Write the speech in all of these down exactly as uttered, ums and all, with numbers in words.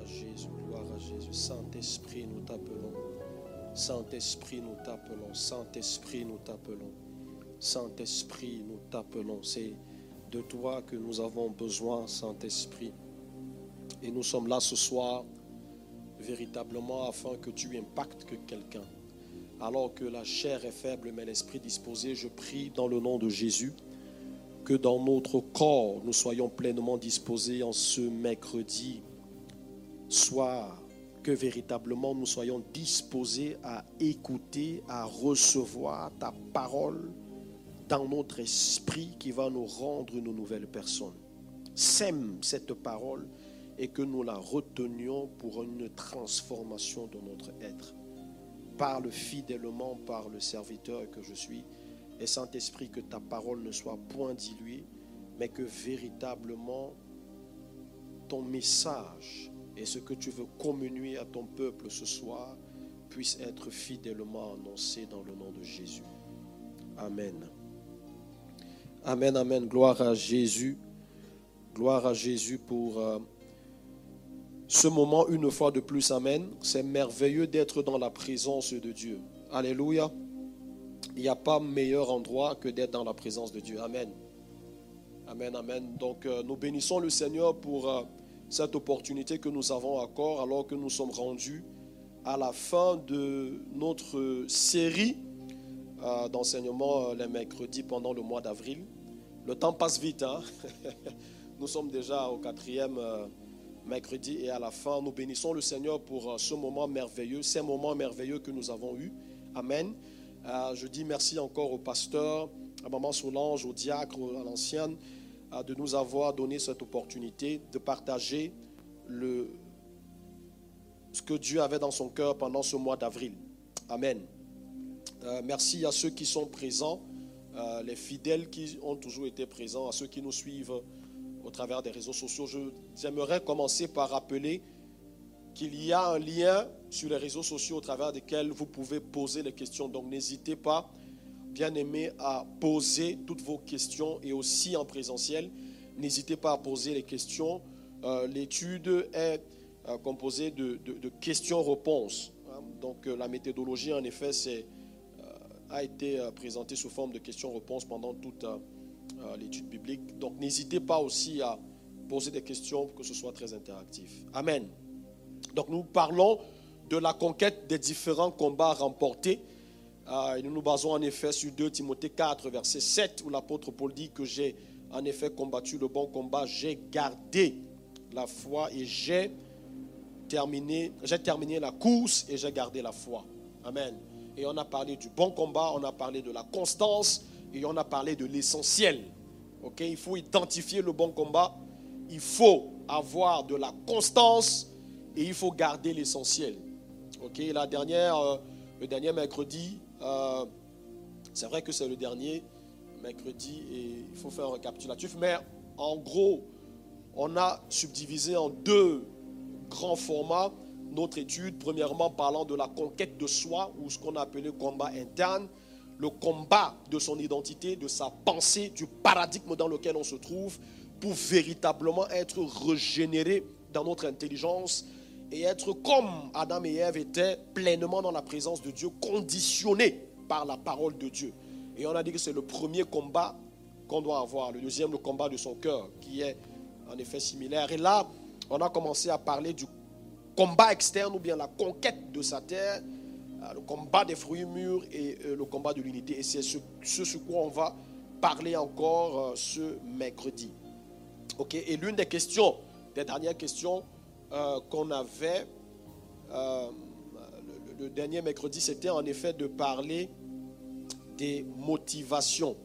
Jésus, gloire à Jésus. Saint-Esprit, nous t'appelons. Saint-Esprit, nous t'appelons. Saint-Esprit, nous t'appelons. Saint-Esprit, nous t'appelons. C'est de toi que nous avons besoin, Saint-Esprit. Et nous sommes là ce soir, véritablement, afin que tu impactes que quelqu'un. Alors que la chair est faible, mais l'esprit disposé, je prie dans le nom de Jésus, que dans notre corps, nous soyons pleinement disposés en ce mercredi soir, que véritablement nous soyons disposés à écouter, à recevoir ta parole dans notre esprit qui va nous rendre une nouvelle personne. Sème cette parole et que nous la retenions pour une transformation de notre être. Parle fidèlement par le serviteur que je suis. Et Saint-Esprit, que ta parole ne soit point diluée, mais que véritablement ton message et ce que tu veux communier à ton peuple ce soir puisse être fidèlement annoncé dans le nom de Jésus. Amen. Amen, amen. Gloire à Jésus. Gloire à Jésus pour euh, ce moment une fois de plus. Amen. C'est merveilleux d'être dans la présence de Dieu. Alléluia. Il n'y a pas meilleur endroit que d'être dans la présence de Dieu. Amen. Amen, amen. Donc euh, nous bénissons le Seigneur pour euh, cette opportunité que nous avons encore alors que nous sommes rendus à la fin de notre série euh, d'enseignement euh, les mercredis pendant le mois d'avril. Le temps passe vite, hein? Nous sommes déjà au quatrième euh, mercredi et à la fin, nous bénissons le Seigneur pour euh, ce moment merveilleux, ces moments merveilleux que nous avons eus. Amen. Euh, je dis merci encore au pasteur, à Maman Solange, au diacre, à l'ancienne, euh, de nous avoir donné cette opportunité de partager le, ce que Dieu avait dans son cœur pendant ce mois d'avril. Amen. Euh, merci à ceux qui sont présents, euh, les fidèles qui ont toujours été présents, à ceux qui nous suivent au travers des réseaux sociaux. Je, j'aimerais commencer par rappeler qu'il y a un lien sur les réseaux sociaux au travers desquels vous pouvez poser les questions. Donc n'hésitez pas, bien aimé, à poser toutes vos questions et aussi en présentiel. N'hésitez pas à poser les questions. Euh, l'étude est euh, composée de, de, de questions-réponses. Hein. Donc euh, la méthodologie, en effet, c'est, euh, a été euh, présentée sous forme de questions-réponses pendant toute euh, euh, l'étude biblique. Donc n'hésitez pas aussi à poser des questions pour que ce soit très interactif. Amen. Donc nous parlons de la conquête des différents combats remportés. Euh, et nous nous basons en effet sur deux Timothée quatre, verset sept, où l'apôtre Paul dit que j'ai en effet combattu le bon combat, j'ai gardé la foi et j'ai terminé, j'ai terminé la course et j'ai gardé la foi. Amen. Et on a parlé du bon combat, on a parlé de la constance et on a parlé de l'essentiel. Ok, il faut identifier le bon combat, il faut avoir de la constance et il faut garder l'essentiel. Ok, la dernière, euh, le dernier mercredi, euh, c'est vrai que c'est le dernier mercredi et il faut faire un récapitulatif, mais en gros, on a subdivisé en deux grands formats notre étude. Premièrement, parlant de la conquête de soi, ou ce qu'on a appelé combat interne, le combat de son identité, de sa pensée, du paradigme dans lequel on se trouve, pour véritablement être régénéré dans notre intelligence et être comme Adam et Ève étaient pleinement dans la présence de Dieu, conditionnés par la parole de Dieu. Et on a dit que c'est le premier combat qu'on doit avoir. Le deuxième, le combat de son cœur, qui est en effet similaire. Et là, on a commencé à parler du combat externe ou bien la conquête de sa terre, le combat des fruits mûrs et le combat de l'unité. Et c'est ce, ce sur quoi on va parler encore ce mercredi. Ok. Et l'une des questions, des dernières questions euh, qu'on avait euh, le, le dernier mercredi, c'était en effet de parler des motivations.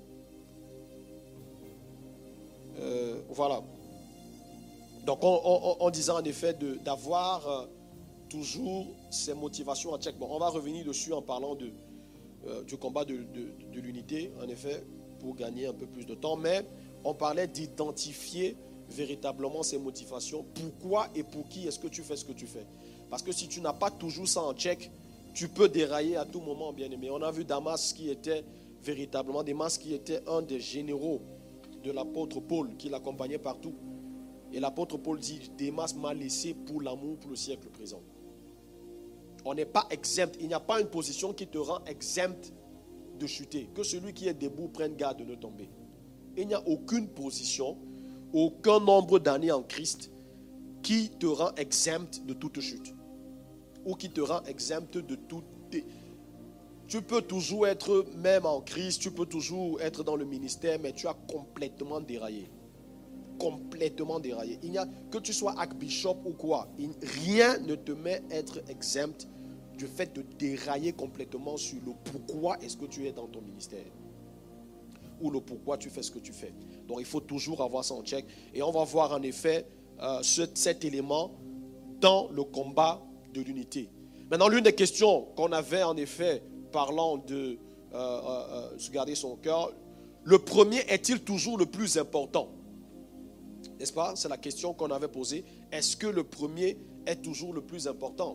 Euh, voilà. Donc on, on, on disait en effet de, d'avoir euh, toujours ces motivations en check. Bon, on va revenir dessus en parlant de, euh, du combat de, de, de l'unité, en effet, pour gagner un peu plus de temps. Mais on parlait d'identifier véritablement ces motivations. Pourquoi et pour qui est-ce que tu fais ce que tu fais? Parce que si tu n'as pas toujours ça en check, tu peux dérailler à tout moment, bien aimé. On a vu Damas qui était véritablement, Damas qui était un des généraux de l'apôtre Paul, qui l'accompagnait partout. Et l'apôtre Paul dit, Démas m'a laissé pour l'amour pour le siècle présent. On n'est pas exempt. Il n'y a pas une position qui te rend exempt de chuter. Que celui qui est debout prenne garde de ne tomber. Il n'y a aucune position, aucun nombre d'années en Christ qui te rend exempt de toute chute. Ou qui te rend exempt de tout. Tu peux toujours être même en Christ, tu peux toujours être dans le ministère, mais tu as complètement déraillé. Complètement déraillé. Il n'y a que tu sois archbishop ou quoi, il, rien ne te met à être exempt du fait de dérailler complètement sur le pourquoi est-ce que tu es dans ton ministère. Ou le pourquoi tu fais ce que tu fais. Donc il faut toujours avoir ça en check. Et on va voir en effet euh, ce, cet élément dans le combat de l'unité. Maintenant, l'une des questions qu'on avait en effet, parlant de euh, euh, se garder son cœur, le premier est-il toujours le plus important? N'est-ce pas? C'est la question qu'on avait posée. Est-ce que le premier est toujours le plus important?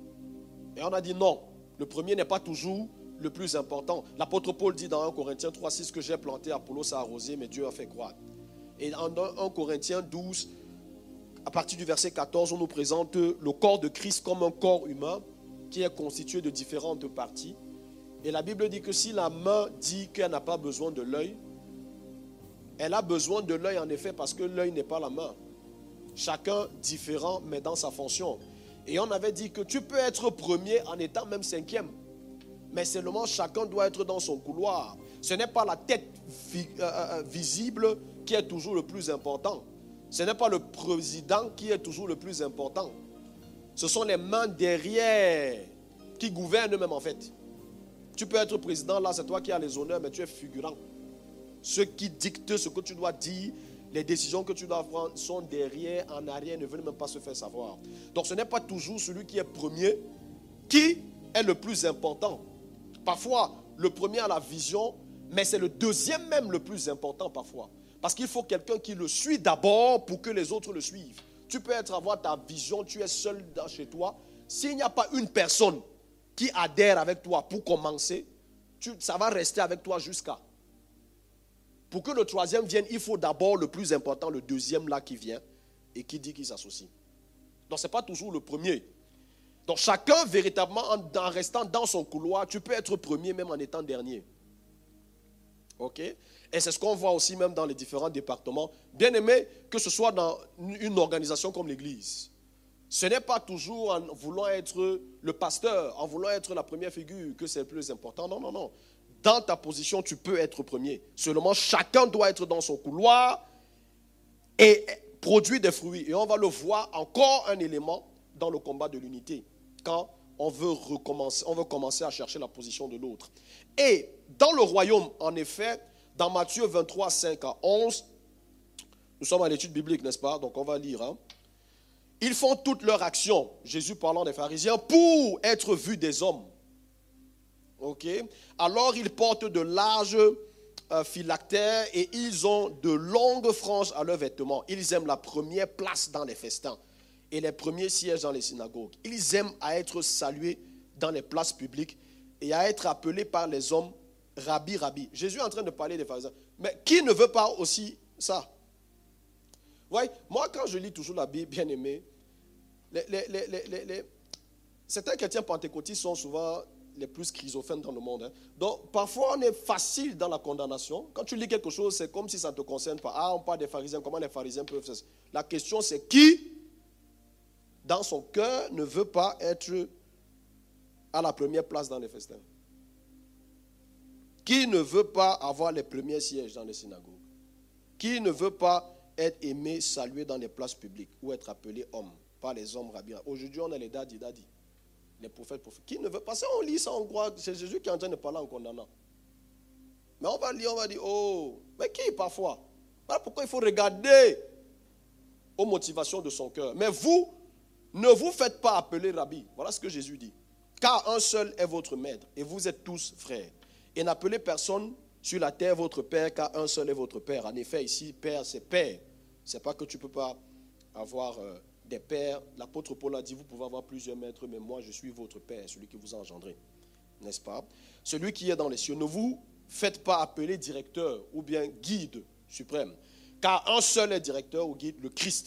Et on a dit non. Le premier n'est pas toujours le plus important. L'apôtre Paul dit dans un Corinthiens trois six que j'ai planté, Apollos a arrosé, mais Dieu a fait croître. Et en un Corinthiens douze, à partir du verset quatorze, on nous présente le corps de Christ comme un corps humain qui est constitué de différentes parties. Et la Bible dit que si la main dit qu'elle n'a pas besoin de l'œil, elle a besoin de l'œil en effet parce que l'œil n'est pas la main. Chacun différent mais dans sa fonction. Et on avait dit que tu peux être premier en étant même cinquième. Mais seulement chacun doit être dans son couloir. Ce n'est pas la tête vi- euh, visible qui est toujours le plus important. Ce n'est pas le président qui est toujours le plus important. Ce sont les mains derrière qui gouvernent même en fait. Tu peux être président, là c'est toi qui as les honneurs, mais tu es figurant. Ceux qui dictent ce que tu dois dire, les décisions que tu dois prendre sont derrière, en arrière, ne veulent même pas se faire savoir. Donc ce n'est pas toujours celui qui est premier qui est le plus important. Parfois, le premier a la vision, mais c'est le deuxième même le plus important parfois. Parce qu'il faut quelqu'un qui le suit d'abord pour que les autres le suivent. Tu peux être avoir ta vision, tu es seul dans, chez toi. S'il n'y a pas une personne qui adhère avec toi pour commencer, tu, ça va rester avec toi jusqu'à. Pour que le troisième vienne, il faut d'abord le plus important, le deuxième là qui vient et qui dit qu'il s'associe. Donc ce n'est pas toujours le premier. Donc chacun véritablement en, en restant dans son couloir, tu peux être premier même en étant dernier. Ok? Et c'est ce qu'on voit aussi même dans les différents départements. Bien aimé, que ce soit dans une organisation comme l'église. Ce n'est pas toujours en voulant être le pasteur, en voulant être la première figure que c'est le plus important. Non, non, non. Dans ta position, tu peux être premier. Seulement, chacun doit être dans son couloir et produire des fruits. Et on va le voir encore un élément dans le combat de l'unité. Quand on veut recommencer, on veut commencer à chercher la position de l'autre. Et dans le royaume, en effet, dans Matthieu vingt-trois, cinq à onze, nous sommes à l'étude biblique, n'est-ce pas? Donc on va lire. Hein? Ils font toutes leurs actions, Jésus parlant des pharisiens, pour être vus des hommes. Ok? Alors ils portent de larges euh, phylactères et ils ont de longues franges à leurs vêtements. Ils aiment la première place dans les festins et les premiers sièges dans les synagogues. Ils aiment à être salués dans les places publiques et à être appelés par les hommes Rabbi, Rabbi. Jésus est en train de parler des pharisiens. Mais qui ne veut pas aussi ça? Vous voyez, moi quand je lis toujours la Bible, bien aimé, les, les, les, les, les, les, certains chrétiens pentecôtistes sont souvent les plus schizophrènes dans le monde. Hein. Donc parfois on est facile dans la condamnation. Quand tu lis quelque chose, c'est comme si ça ne te concerne pas. Ah, on parle des pharisiens, comment les pharisiens peuvent faire ça? La question c'est qui, dans son cœur, ne veut pas être à la première place dans les festins? Qui ne veut pas avoir les premiers sièges dans les synagogues? Qui ne veut pas être aimé, salué dans les places publiques ou être appelé homme par les hommes rabbins? Aujourd'hui, on a les dadis, dadis, les prophètes, prophètes. Qui ne veut pas? Ça, on lit ça, on croit que c'est Jésus qui est en train de parler en condamnant. Mais on va lire, on va dire, oh, mais qui parfois? Voilà pourquoi il faut regarder aux motivations de son cœur. Mais vous, ne vous faites pas appeler rabbi. Voilà ce que Jésus dit. Car un seul est votre maître et vous êtes tous frères. Et n'appelez personne sur la terre votre père, car un seul est votre père. En effet, ici, père, c'est père. Ce n'est pas que tu ne peux pas avoir euh, des pères. L'apôtre Paul a dit, vous pouvez avoir plusieurs maîtres, mais moi, je suis votre père, celui qui vous a engendré. N'est-ce pas? Celui qui est dans les cieux. Ne vous faites pas appeler directeur ou bien guide suprême. Car un seul est directeur ou guide, le Christ.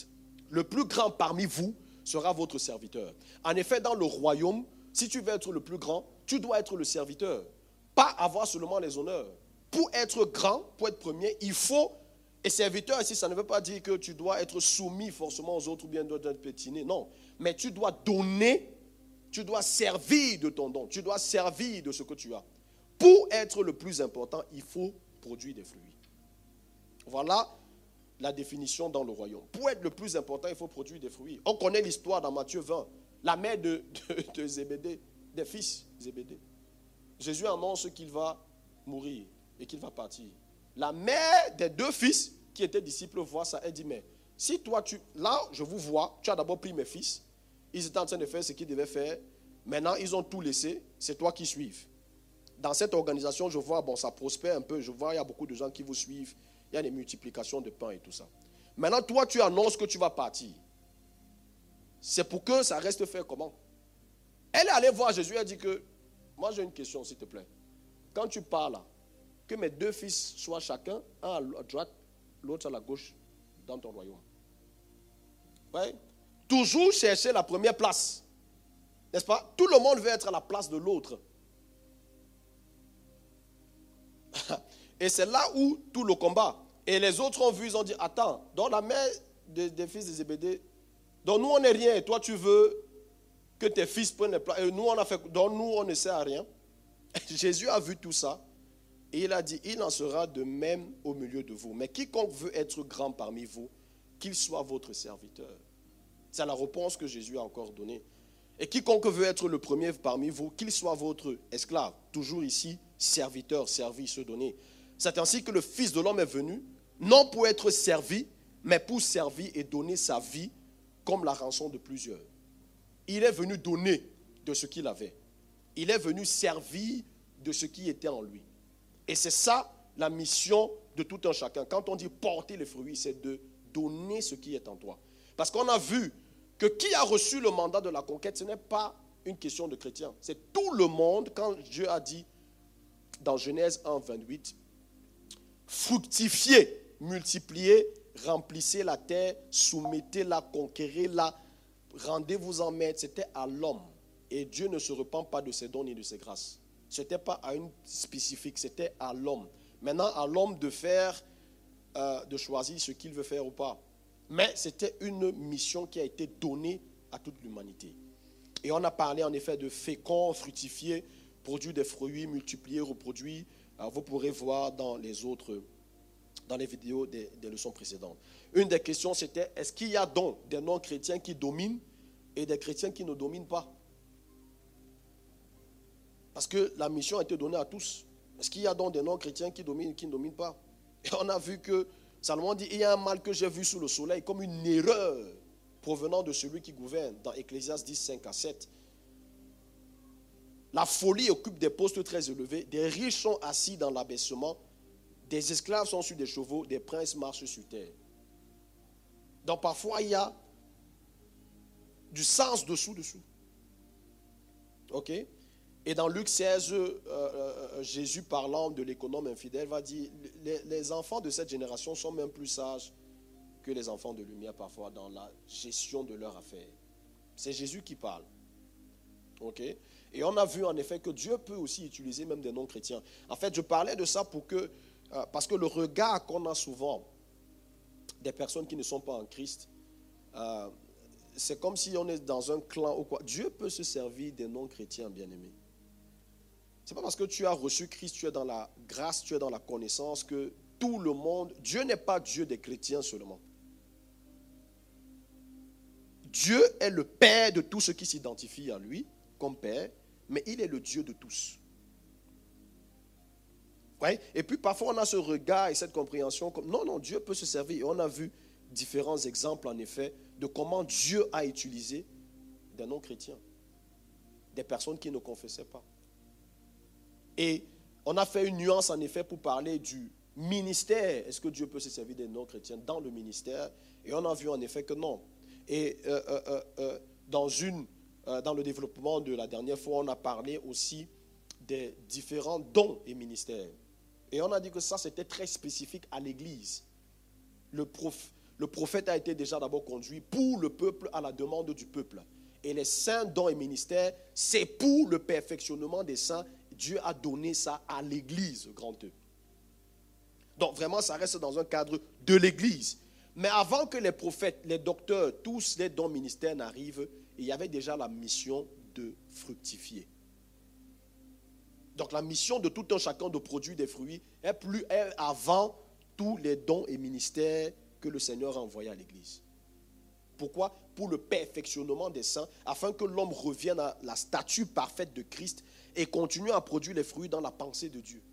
Le plus grand parmi vous sera votre serviteur. En effet, dans le royaume, si tu veux être le plus grand, tu dois être le serviteur. Pas avoir seulement les honneurs. Pour être grand, pour être premier, il faut... Et serviteur ici, ça ne veut pas dire que tu dois être soumis forcément aux autres ou bien d'être pétiné. Non. Mais tu dois donner, tu dois servir de ton don. Tu dois servir de ce que tu as. Pour être le plus important, il faut produire des fruits. Voilà la définition dans le royaume. Pour être le plus important, il faut produire des fruits. On connaît l'histoire dans Matthieu vingt. La mère de, de, de Zébédée, des fils Zébédée. Jésus annonce qu'il va mourir et qu'il va partir. La mère des deux fils qui étaient disciples voit ça. Elle dit, mais si toi, tu, là, je vous vois, tu as d'abord pris mes fils. Ils étaient en train de faire ce qu'ils devaient faire. Maintenant, ils ont tout laissé. C'est toi qui suives. Dans cette organisation, je vois, bon, ça prospère un peu. Je vois, il y a beaucoup de gens qui vous suivent. Il y a des multiplications de pain et tout ça. Maintenant, toi, tu annonces que tu vas partir. C'est pour que ça reste fait comment? Elle est allée voir Jésus, elle dit que, moi j'ai une question s'il te plaît. Quand tu pars là, que mes deux fils soient chacun, un à droite, l'autre à la gauche, dans ton royaume. Ouais. Toujours chercher la première place. N'est-ce pas? Tout le monde veut être à la place de l'autre. Et c'est là où tout le combat. Et les autres ont vu, ils ont dit, attends, dans la mère des, des fils de Zébédée, donc nous on n'est rien, et toi tu veux que tes fils prennent les places. Et nous on a fait, donc nous on ne sert à rien. Jésus a vu tout ça. Et il a dit, il en sera de même au milieu de vous. Mais quiconque veut être grand parmi vous, qu'il soit votre serviteur. C'est la réponse que Jésus a encore donnée. Et quiconque veut être le premier parmi vous, qu'il soit votre esclave. Toujours ici, serviteur, servi, se donner. C'est ainsi que le Fils de l'homme est venu, non pour être servi, mais pour servir et donner sa vie comme la rançon de plusieurs. Il est venu donner de ce qu'il avait. Il est venu servir de ce qui était en lui. Et c'est ça la mission de tout un chacun. Quand on dit porter les fruits, c'est de donner ce qui est en toi. Parce qu'on a vu que qui a reçu le mandat de la conquête, ce n'est pas une question de chrétien. C'est tout le monde, quand Dieu a dit dans Genèse un, vingt-huit, fructifiez, multipliez, remplissez la terre, soumettez-la, conquérez-la, rendez-vous en maître. C'était à l'homme. Et Dieu ne se repent pas de ses dons ni de ses grâces. Ce n'était pas à une spécifique, c'était à l'homme. Maintenant, à l'homme de faire, euh, de choisir ce qu'il veut faire ou pas. Mais c'était une mission qui a été donnée à toute l'humanité. Et on a parlé en effet de fécond, fructifier, produire des fruits, multiplier, reproduire. Alors vous pourrez voir dans les autres, dans les vidéos des, des leçons précédentes. Une des questions c'était, est-ce qu'il y a donc des non-chrétiens qui dominent et des chrétiens qui ne dominent pas? Parce que la mission a été donnée à tous. Est-ce qu'il y a donc des non-chrétiens qui dominent et qui ne dominent pas? Et on a vu que Salomon dit, il y a un mal que j'ai vu sous le soleil comme une erreur provenant de celui qui gouverne dans Ecclésiaste dix, cinq à sept. La folie occupe des postes très élevés, des riches sont assis dans l'abaissement, des esclaves sont sur des chevaux, des princes marchent sur terre. Donc parfois il y a du sens dessous-dessous. Ok? Et dans Luc seize, euh, euh, Jésus parlant de l'économe infidèle va dire, les, les enfants de cette génération sont même plus sages que les enfants de lumière parfois dans la gestion de leurs affaires. C'est Jésus qui parle. Ok? Et on a vu en effet que Dieu peut aussi utiliser même des non-chrétiens. En fait, je parlais de ça pour que, euh, parce que le regard qu'on a souvent des personnes qui ne sont pas en Christ, euh, c'est comme si on est dans un clan ou quoi. Dieu peut se servir des non-chrétiens, bien-aimés. Ce n'est pas parce que tu as reçu Christ, tu es dans la grâce, tu es dans la connaissance que tout le monde... Dieu n'est pas Dieu des chrétiens seulement. Dieu est le Père de tous ceux qui s'identifient à lui comme Père, mais il est le Dieu de tous. Ouais? Et puis parfois on a ce regard et cette compréhension comme... Non, non, Dieu peut se servir. Et on a vu différents exemples en effet de comment Dieu a utilisé des non-chrétiens, des personnes qui ne confessaient pas. Et on a fait une nuance en effet pour parler du ministère. Est-ce que Dieu peut se servir des non-chrétiens dans le ministère? Et on a vu en effet que non. Et euh, euh, euh, dans, une, euh, dans le développement de la dernière fois, on a parlé aussi des différents dons et ministères. Et on a dit que ça, c'était très spécifique à l'Église. Le, prof, le prophète a été déjà d'abord conduit pour le peuple, à la demande du peuple. Et les saints dons et ministères, c'est pour le perfectionnement des saints. Dieu a donné ça à l'Église, grand E. Donc vraiment, ça reste dans un cadre de l'Église. Mais avant que les prophètes, les docteurs, tous les dons ministères n'arrivent, il y avait déjà la mission de fructifier. Donc la mission de tout un chacun de produire des fruits est plus est avant tous les dons et ministères que le Seigneur a envoyés à l'Église. Pourquoi? Pour le perfectionnement des saints, afin que l'homme revienne à la statue parfaite de Christ et continue à produire les fruits dans la pensée de Dieu.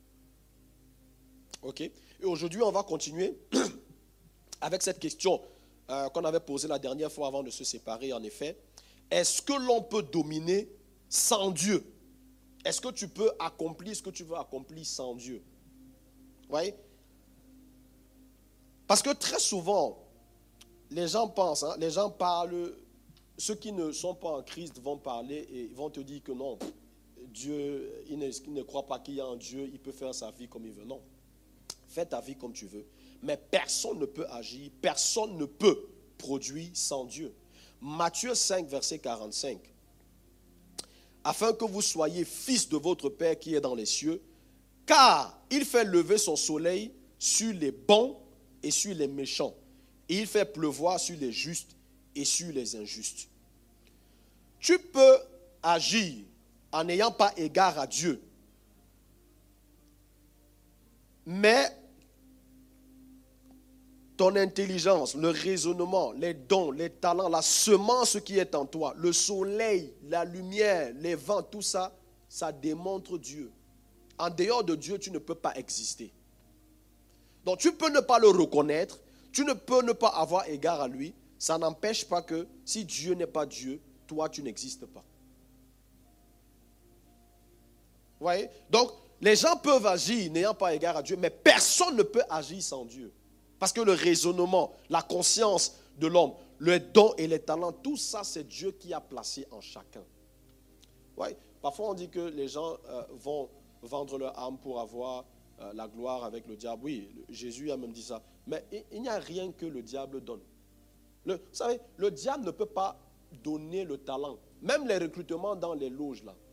Ok? Et aujourd'hui, on va continuer avec cette question euh, qu'on avait posée la dernière fois avant de se séparer, en effet. Est-ce que l'on peut dominer sans Dieu? Est-ce que tu peux accomplir ce que tu veux accomplir sans Dieu? Vous voyez? Parce que très souvent, les gens pensent, hein, les gens parlent, ceux qui ne sont pas en Christ vont parler et ils vont te dire que non, Dieu, ils ne, ils ne croient pas qu'il y a un Dieu, il peut faire sa vie comme il veut. Non, fais ta vie comme tu veux. Mais personne ne peut agir, personne ne peut produire sans Dieu. Matthieu cinq, verset quarante-cinq. Afin que vous soyez fils de votre Père qui est dans les cieux, car il fait lever son soleil sur les bons et sur les méchants. Et il fait pleuvoir sur les justes et sur les injustes. Tu peux agir en n'ayant pas égard à Dieu. Mais ton intelligence, le raisonnement, les dons, les talents, la semence qui est en toi, le soleil, la lumière, les vents, tout ça, ça démontre Dieu. En dehors de Dieu, tu ne peux pas exister. Donc tu peux ne pas le reconnaître, tu ne peux ne pas avoir égard à lui. Ça n'empêche pas que si Dieu n'est pas Dieu, toi tu n'existes pas. Vous voyez? Donc les gens peuvent agir n'ayant pas égard à Dieu, mais personne ne peut agir sans Dieu. Parce que le raisonnement, la conscience de l'homme, le don et les talents, tout ça c'est Dieu qui a placé en chacun. Vous voyez? Parfois on dit que les gens euh, vont vendre leur âme pour avoir euh, la gloire avec le diable. Oui, Jésus a même dit ça. Mais il n'y a rien que le diable donne. Le, vous savez, le diable ne peut pas donner le talent. Même les recrutements dans les loges, là.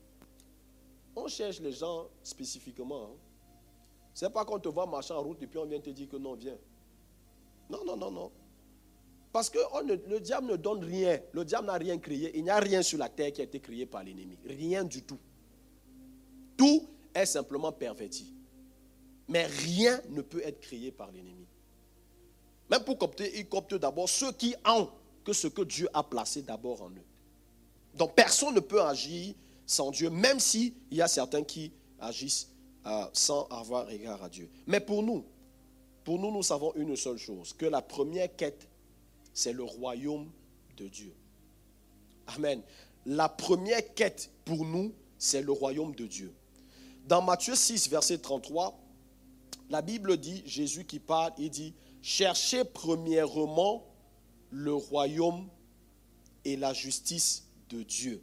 On cherche les gens spécifiquement. Hein. Ce n'est pas qu'on te voit marcher en route et puis on vient te dire que non, viens. Non, non, non, non. Parce que on ne, le diable ne donne rien. Le diable n'a rien créé. Il n'y a rien sur la terre qui a été créé par l'ennemi. Rien du tout. Tout est simplement perverti. Mais rien ne peut être créé par l'ennemi. Même pour copter, il copte d'abord ceux qui ont que ce que Dieu a placé d'abord en eux. Donc personne ne peut agir sans Dieu, même s'il y a certains qui agissent euh, sans avoir égard à Dieu. Mais pour nous, pour nous, nous savons une seule chose, que la première quête, c'est le royaume de Dieu. Amen. La première quête pour nous, c'est le royaume de Dieu. Dans Matthieu six, verset trente-trois, la Bible dit, Jésus qui parle, il dit, cherchez premièrement le royaume et la justice de Dieu.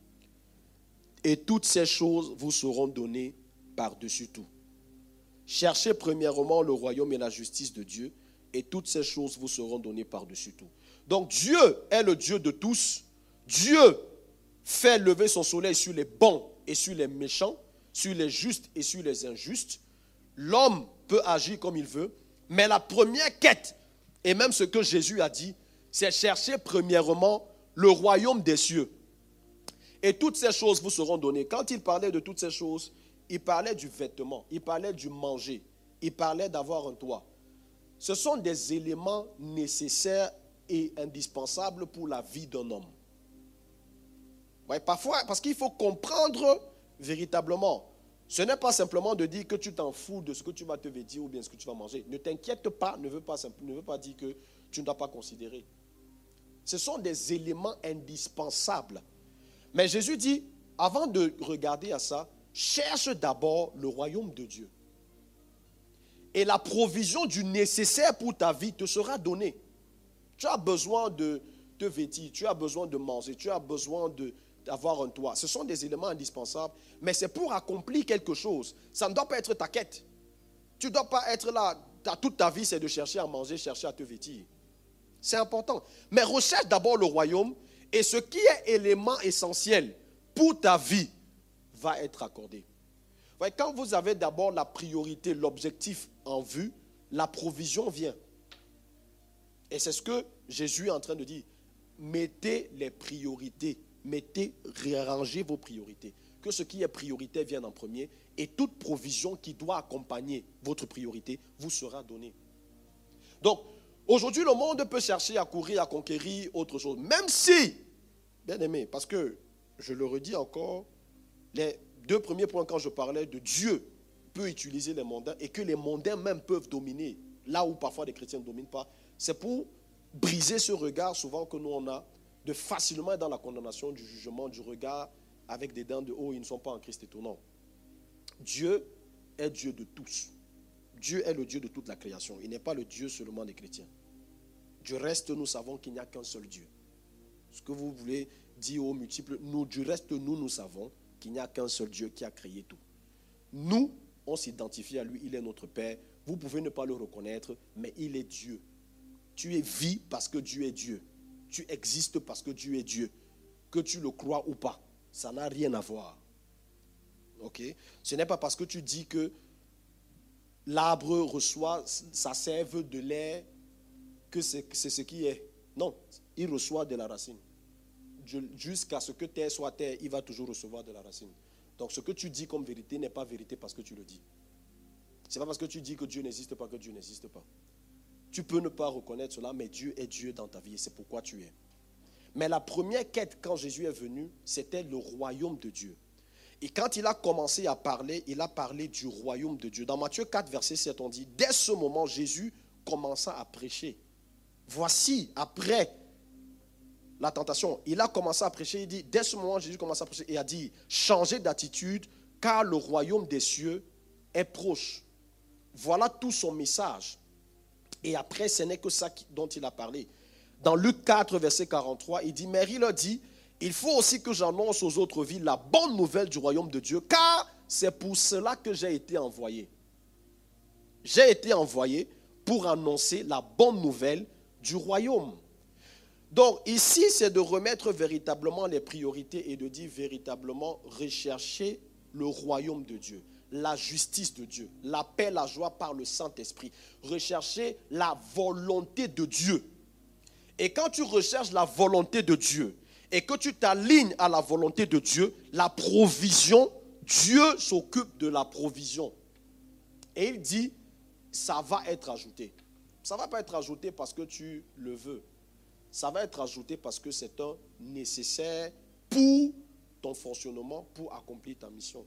Et toutes ces choses vous seront données par-dessus tout. Cherchez premièrement le royaume et la justice de Dieu, et toutes ces choses vous seront données par-dessus tout. Donc Dieu est le Dieu de tous. Dieu fait lever son soleil sur les bons et sur les méchants, sur les justes et sur les injustes. L'homme peut agir comme il veut, mais la première quête, et même ce que Jésus a dit, c'est chercher premièrement le royaume des cieux. Et toutes ces choses vous seront données. Quand il parlait de toutes ces choses, il parlait du vêtement, il parlait du manger, il parlait d'avoir un toit. Ce sont des éléments nécessaires et indispensables pour la vie d'un homme. Ouais, parfois, parce qu'il faut comprendre véritablement. Ce n'est pas simplement de dire que tu t'en fous de ce que tu vas te vêtir ou bien ce que tu vas manger. Ne t'inquiète pas, ne veut pas, ne veut pas dire que tu ne dois pas considérer. Ce sont des éléments indispensables. Mais Jésus dit, avant de regarder à ça, cherche d'abord le royaume de Dieu. Et la provision du nécessaire pour ta vie te sera donnée. Tu as besoin de te vêtir, tu as besoin de manger, tu as besoin de, d'avoir un toit. Ce sont des éléments indispensables, mais c'est pour accomplir quelque chose. Ça ne doit pas être ta quête. Tu ne dois pas être là ta, toute ta vie, c'est de chercher à manger, chercher à te vêtir. C'est important. Mais recherche d'abord le royaume et ce qui est élément essentiel pour ta vie va être accordé. Voyez, quand vous avez d'abord la priorité, l'objectif en vue, la provision vient. Et c'est ce que Jésus est en train de dire. Mettez les priorités. Mettez, réarrangez vos priorités. Que ce qui est priorité vienne en premier et toute provision qui doit accompagner votre priorité vous sera donnée. Donc, aujourd'hui, le monde peut chercher à courir, à conquérir autre chose. Même si, bien aimé, parce que, je le redis encore, les deux premiers points quand je parlais de Dieu peut utiliser les mondains et que les mondains même peuvent dominer, là où parfois les chrétiens ne dominent pas, c'est pour briser ce regard souvent que nous on a de facilement être dans la condamnation du jugement, du regard avec des dents de haut, ils ne sont pas en Christ étonnant. Dieu est Dieu de tous. Dieu est le Dieu de toute la création. Il n'est pas le Dieu seulement des chrétiens. Du reste, nous savons qu'il n'y a qu'un seul Dieu. Ce que vous voulez dire aux multiples, nous, du reste, nous, nous savons qu'il n'y a qu'un seul Dieu qui a créé tout. Nous, on s'identifie à lui, il est notre Père. Vous pouvez ne pas le reconnaître, mais il est Dieu. Tu es vie parce que Dieu est Dieu. Tu existes parce que Dieu est Dieu. Que tu le crois ou pas, ça n'a rien à voir. Ok? Ce n'est pas parce que tu dis que l'arbre reçoit sa sève de l'air que c'est, c'est ce qui est. Non, il reçoit de la racine. Jusqu'à ce que terre soit terre, il va toujours recevoir de la racine. Donc ce que tu dis comme vérité n'est pas vérité parce que tu le dis. Ce n'est pas parce que tu dis que Dieu n'existe pas que Dieu n'existe pas. Tu peux ne pas reconnaître cela, mais Dieu est Dieu dans ta vie et c'est pourquoi tu es. Mais la première quête quand Jésus est venu, c'était le royaume de Dieu. Et quand il a commencé à parler, il a parlé du royaume de Dieu. Dans Matthieu quatre, verset sept, on dit, dès ce moment, Jésus commença à prêcher. Voici, après la tentation, il a commencé à prêcher, il dit, dès ce moment, Jésus commença à prêcher et a dit, changez d'attitude, car le royaume des cieux est proche. Voilà tout son message. Et après, ce n'est que ça dont il a parlé. Dans Luc quatre, verset quarante-trois, il dit, Marie leur dit, il faut aussi que j'annonce aux autres villes la bonne nouvelle du royaume de Dieu, car c'est pour cela que j'ai été envoyé. J'ai été envoyé pour annoncer la bonne nouvelle du royaume. Donc ici, c'est de remettre véritablement les priorités et de dire véritablement rechercher le royaume de Dieu, la justice de Dieu, la paix, la joie par le Saint-Esprit. Rechercher la volonté de Dieu. Et quand tu recherches la volonté de Dieu et que tu t'alignes à la volonté de Dieu, la provision, Dieu s'occupe de la provision. Et il dit, ça va être ajouté. Ça ne va pas être ajouté parce que tu le veux. Ça va être ajouté parce que c'est un nécessaire pour ton fonctionnement, pour accomplir ta mission.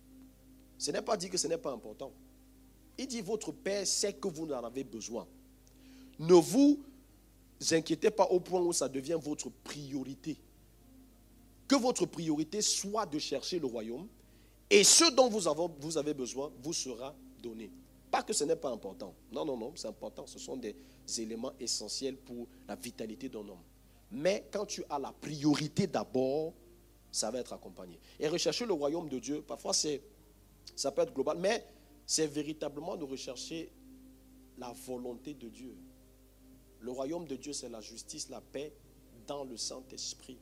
Ce n'est pas dit que ce n'est pas important. Il dit, votre Père sait que vous en avez besoin. Ne vous inquiétez pas au point où ça devient votre priorité. Que votre priorité soit de chercher le royaume et ce dont vous avez, vous avez besoin vous sera donné. Pas que ce n'est pas important. Non, non, non, c'est important. Ce sont des éléments essentiels pour la vitalité d'un homme. Mais quand tu as la priorité d'abord, ça va être accompagné. Et rechercher le royaume de Dieu, parfois c'est, ça peut être global, mais c'est véritablement de rechercher la volonté de Dieu. Le royaume de Dieu, c'est la justice, la paix dans le Saint-Esprit.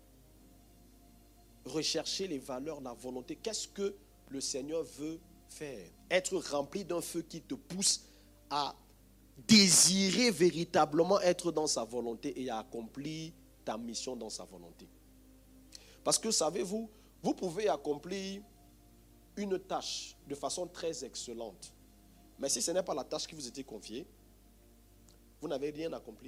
Rechercher les valeurs, la volonté. Qu'est-ce que le Seigneur veut faire? Être rempli d'un feu qui te pousse à désirer véritablement être dans sa volonté et à accomplir ta mission dans sa volonté. Parce que, savez-vous, vous pouvez accomplir une tâche de façon très excellente. Mais si ce n'est pas la tâche qui vous était confiée, vous n'avez rien accompli.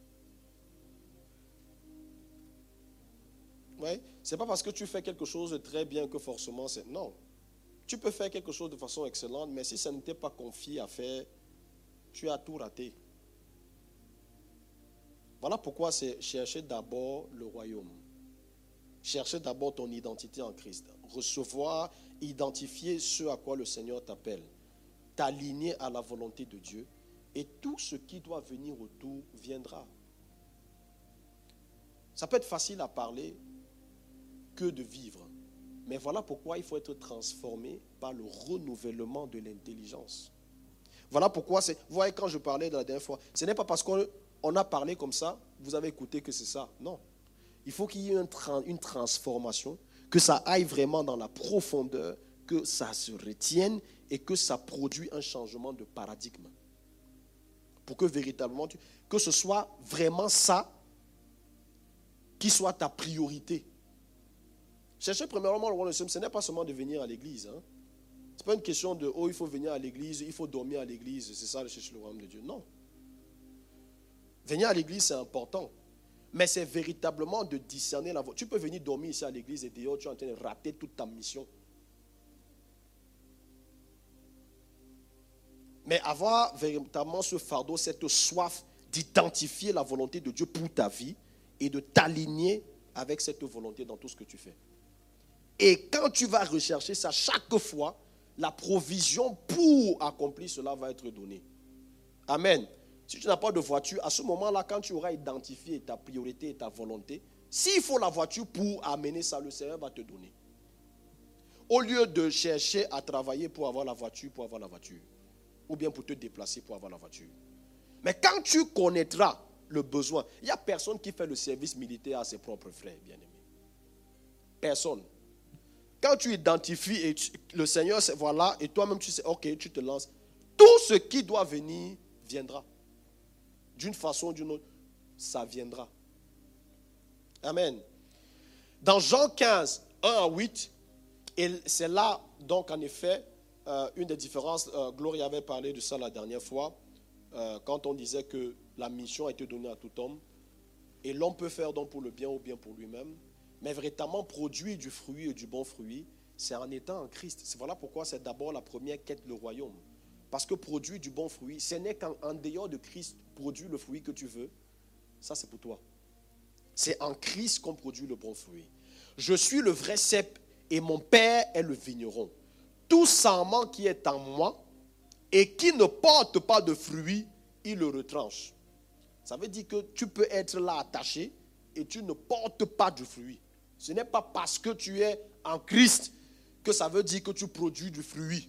Ouais, ce n'est pas parce que tu fais quelque chose de très bien que forcément c'est... Non. Tu peux faire quelque chose de façon excellente, mais si ça ne t'est pas confié à faire, tu as tout raté. Voilà pourquoi c'est chercher d'abord le royaume. Chercher d'abord ton identité en Christ. Recevoir, identifier ce à quoi le Seigneur t'appelle. T'aligner à la volonté de Dieu. Et tout ce qui doit venir autour viendra. Ça peut être facile à parler que de vivre. Mais voilà pourquoi il faut être transformé par le renouvellement de l'intelligence. Voilà pourquoi, c'est, vous voyez, quand je parlais de la dernière fois, ce n'est pas parce qu'on on a parlé comme ça, vous avez écouté que c'est ça. Non. Il faut qu'il y ait une, une transformation, que ça aille vraiment dans la profondeur, que ça se retienne et que ça produit un changement de paradigme. Pour que véritablement, tu, que ce soit vraiment ça qui soit ta priorité. Cherchez premièrement le royaume de Dieu, ce n'est pas seulement de venir à l'église. Hein. Ce n'est pas une question de, oh, il faut venir à l'église, il faut dormir à l'église, c'est ça de chercher le royaume de Dieu. Non. Venir à l'église, c'est important. Mais c'est véritablement de discerner la voie. Tu peux venir dormir ici à l'église et dehors, tu es en train de rater toute ta mission. Mais avoir véritablement ce fardeau, cette soif d'identifier la volonté de Dieu pour ta vie et de t'aligner avec cette volonté dans tout ce que tu fais. Et quand tu vas rechercher ça, chaque fois, la provision pour accomplir cela va être donnée. Amen. Si tu n'as pas de voiture, à ce moment-là, quand tu auras identifié ta priorité et ta volonté, s'il faut la voiture pour amener ça, le Seigneur va te donner. Au lieu de chercher à travailler pour avoir la voiture, pour avoir la voiture. Ou bien pour te déplacer pour avoir la voiture. Mais quand tu connaîtras le besoin, il n'y a personne qui fait le service militaire à ses propres frères, bien-aimés. Personne. Quand tu identifies et tu, le Seigneur, voilà, et toi-même tu sais, ok, tu te lances, tout ce qui doit venir, viendra. D'une façon ou d'une autre, ça viendra. Amen. Dans Jean quinze, un à huit, et c'est là, donc en effet, euh, une des différences, euh, Gloria avait parlé de ça la dernière fois, euh, quand on disait que la mission a été donnée à tout homme, et l'homme peut faire donc pour le bien ou bien pour lui-même, mais véritablement produire du fruit et du bon fruit, c'est en étant en Christ. C'est voilà pourquoi c'est d'abord la première quête, le royaume. Parce que produire du bon fruit, ce n'est qu'en en dehors de Christ, produire le fruit que tu veux, ça c'est pour toi. C'est en Christ qu'on produit le bon fruit. Je suis le vrai cep et mon Père est le vigneron. Tout sarment qui est en moi et qui ne porte pas de fruit, il le retranche. Ça veut dire que tu peux être là attaché et tu ne portes pas de fruit. Ce n'est pas parce que tu es en Christ que ça veut dire que tu produis du fruit.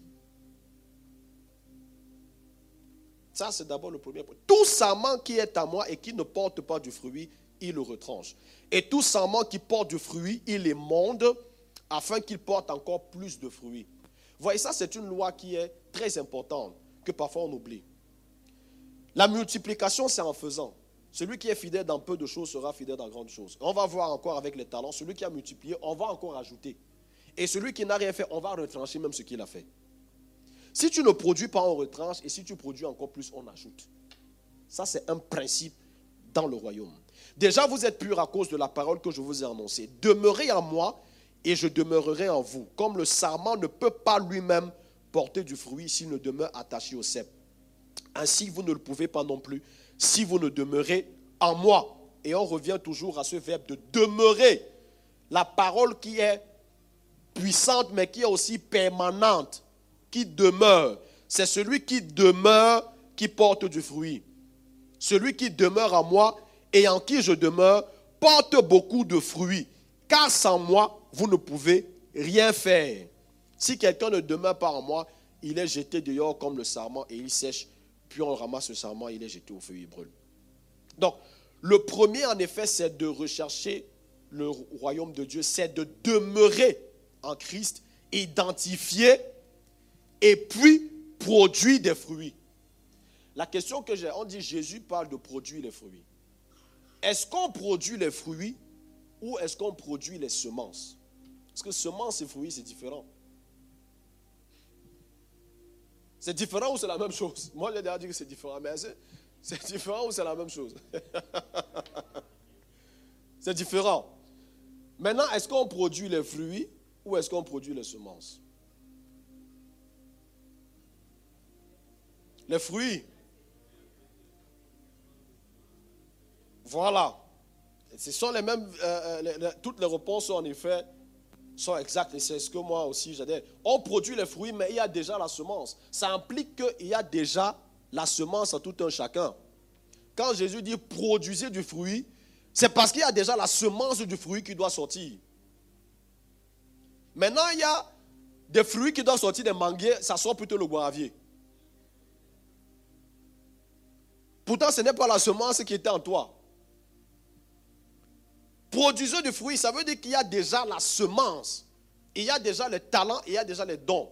Ça, c'est d'abord le premier point. Tout sarment qui est à moi et qui ne porte pas du fruit, il le retranche. Et tout sarment qui porte du fruit, il les monde afin qu'il porte encore plus de fruits. Vous voyez, ça, c'est une loi qui est très importante, que parfois on oublie. La multiplication, c'est en faisant. Celui qui est fidèle dans peu de choses sera fidèle dans grandes choses. On va voir encore avec les talents, celui qui a multiplié, on va encore ajouter. Et celui qui n'a rien fait, on va retrancher même ce qu'il a fait. Si tu ne produis pas, on retranche, et si tu produis encore plus, on ajoute. Ça, c'est un principe dans le royaume. Déjà, vous êtes purs à cause de la parole que je vous ai annoncée. Demeurez en moi, et je demeurerai en vous. Comme le sarment ne peut pas lui-même porter du fruit s'il ne demeure attaché au cep. Ainsi, vous ne le pouvez pas non plus si vous ne demeurez en moi. Et on revient toujours à ce verbe de demeurer. La parole qui est puissante, mais qui est aussi permanente, qui demeure. C'est celui qui demeure qui porte du fruit. Celui qui demeure en moi et en qui je demeure porte beaucoup de fruits. Car sans moi, vous ne pouvez rien faire. Si quelqu'un ne demeure pas en moi, il est jeté dehors comme le sarment et il sèche. Puis on ramasse le sarment et il est jeté au feu et il brûle. Donc, le premier, en effet, c'est de rechercher le royaume de Dieu. C'est de demeurer en Christ, identifier et puis produire des fruits. La question que j'ai, on dit Jésus parle de produire les fruits. Est-ce qu'on produit les fruits ou est-ce qu'on produit les semences? Parce que semences et fruits, c'est différent. C'est différent ou c'est la même chose? Moi, j'ai déjà dit que c'est différent, mais c'est, c'est différent ou c'est la même chose? C'est différent. Maintenant, est-ce qu'on produit les fruits ou est-ce qu'on produit les semences? Les fruits. Voilà. Ce sont les mêmes, euh, les, les, toutes les réponses en effet sont exactes et c'est ce que moi aussi j'adhère. On produit les fruits mais il y a déjà la semence. Ça implique qu'il y a déjà la semence à tout un chacun. Quand Jésus dit produisez du fruit, c'est parce qu'il y a déjà la semence du fruit qui doit sortir. Maintenant il y a des fruits qui doivent sortir des manguiers, ça sort plutôt le goyavier. Pourtant, ce n'est pas la semence qui était en toi. Produisez du fruit, ça veut dire qu'il y a déjà la semence. Il y a déjà le talent, il y a déjà les dons.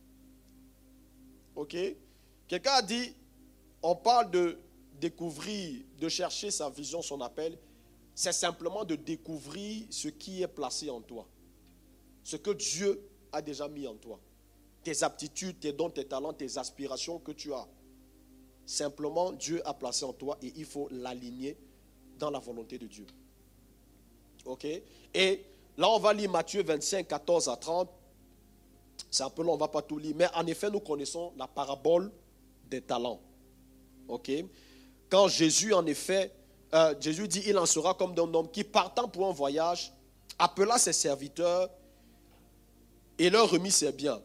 Ok? Quelqu'un a dit, on parle de découvrir, de chercher sa vision, son appel. C'est simplement de découvrir ce qui est placé en toi. Ce que Dieu a déjà mis en toi. Tes aptitudes, tes dons, tes talents, tes aspirations que tu as. Simplement, Dieu a placé en toi et il faut l'aligner dans la volonté de Dieu. Ok? Et là, on va lire Matthieu vingt-cinq, quatorze à trente. C'est un peu long, on ne va pas tout lire. Mais en effet, nous connaissons la parabole des talents. Ok? Quand Jésus, en effet, euh, Jésus dit, il en sera comme d'un homme qui, partant pour un voyage, appela ses serviteurs et leur remit ses biens.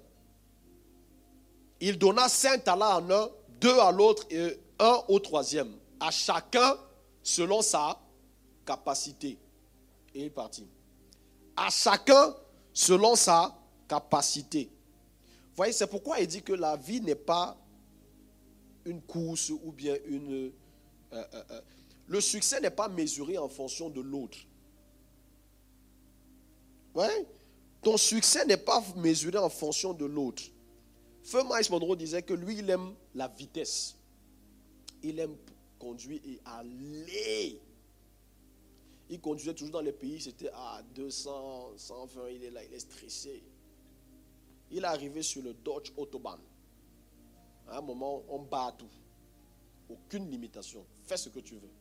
Il donna cinq talents en un, deux à l'autre et un au troisième. À chacun selon sa capacité. Et il partit. À chacun selon sa capacité. Vous voyez, c'est pourquoi il dit que la vie n'est pas une course ou bien une... Euh, euh, euh, le succès n'est pas mesuré en fonction de l'autre. Ouais? Ton succès n'est pas mesuré en fonction de l'autre. Feu Miles Monroe disait que lui, il aime la vitesse. Il aime conduire et aller. Il conduisait toujours dans les pays, c'était à deux cents, cent vingt, il est là, il est stressé. Il est arrivé sur le Dodge Autobahn. À un moment, on bat tout. Aucune limitation. Fais ce que tu veux.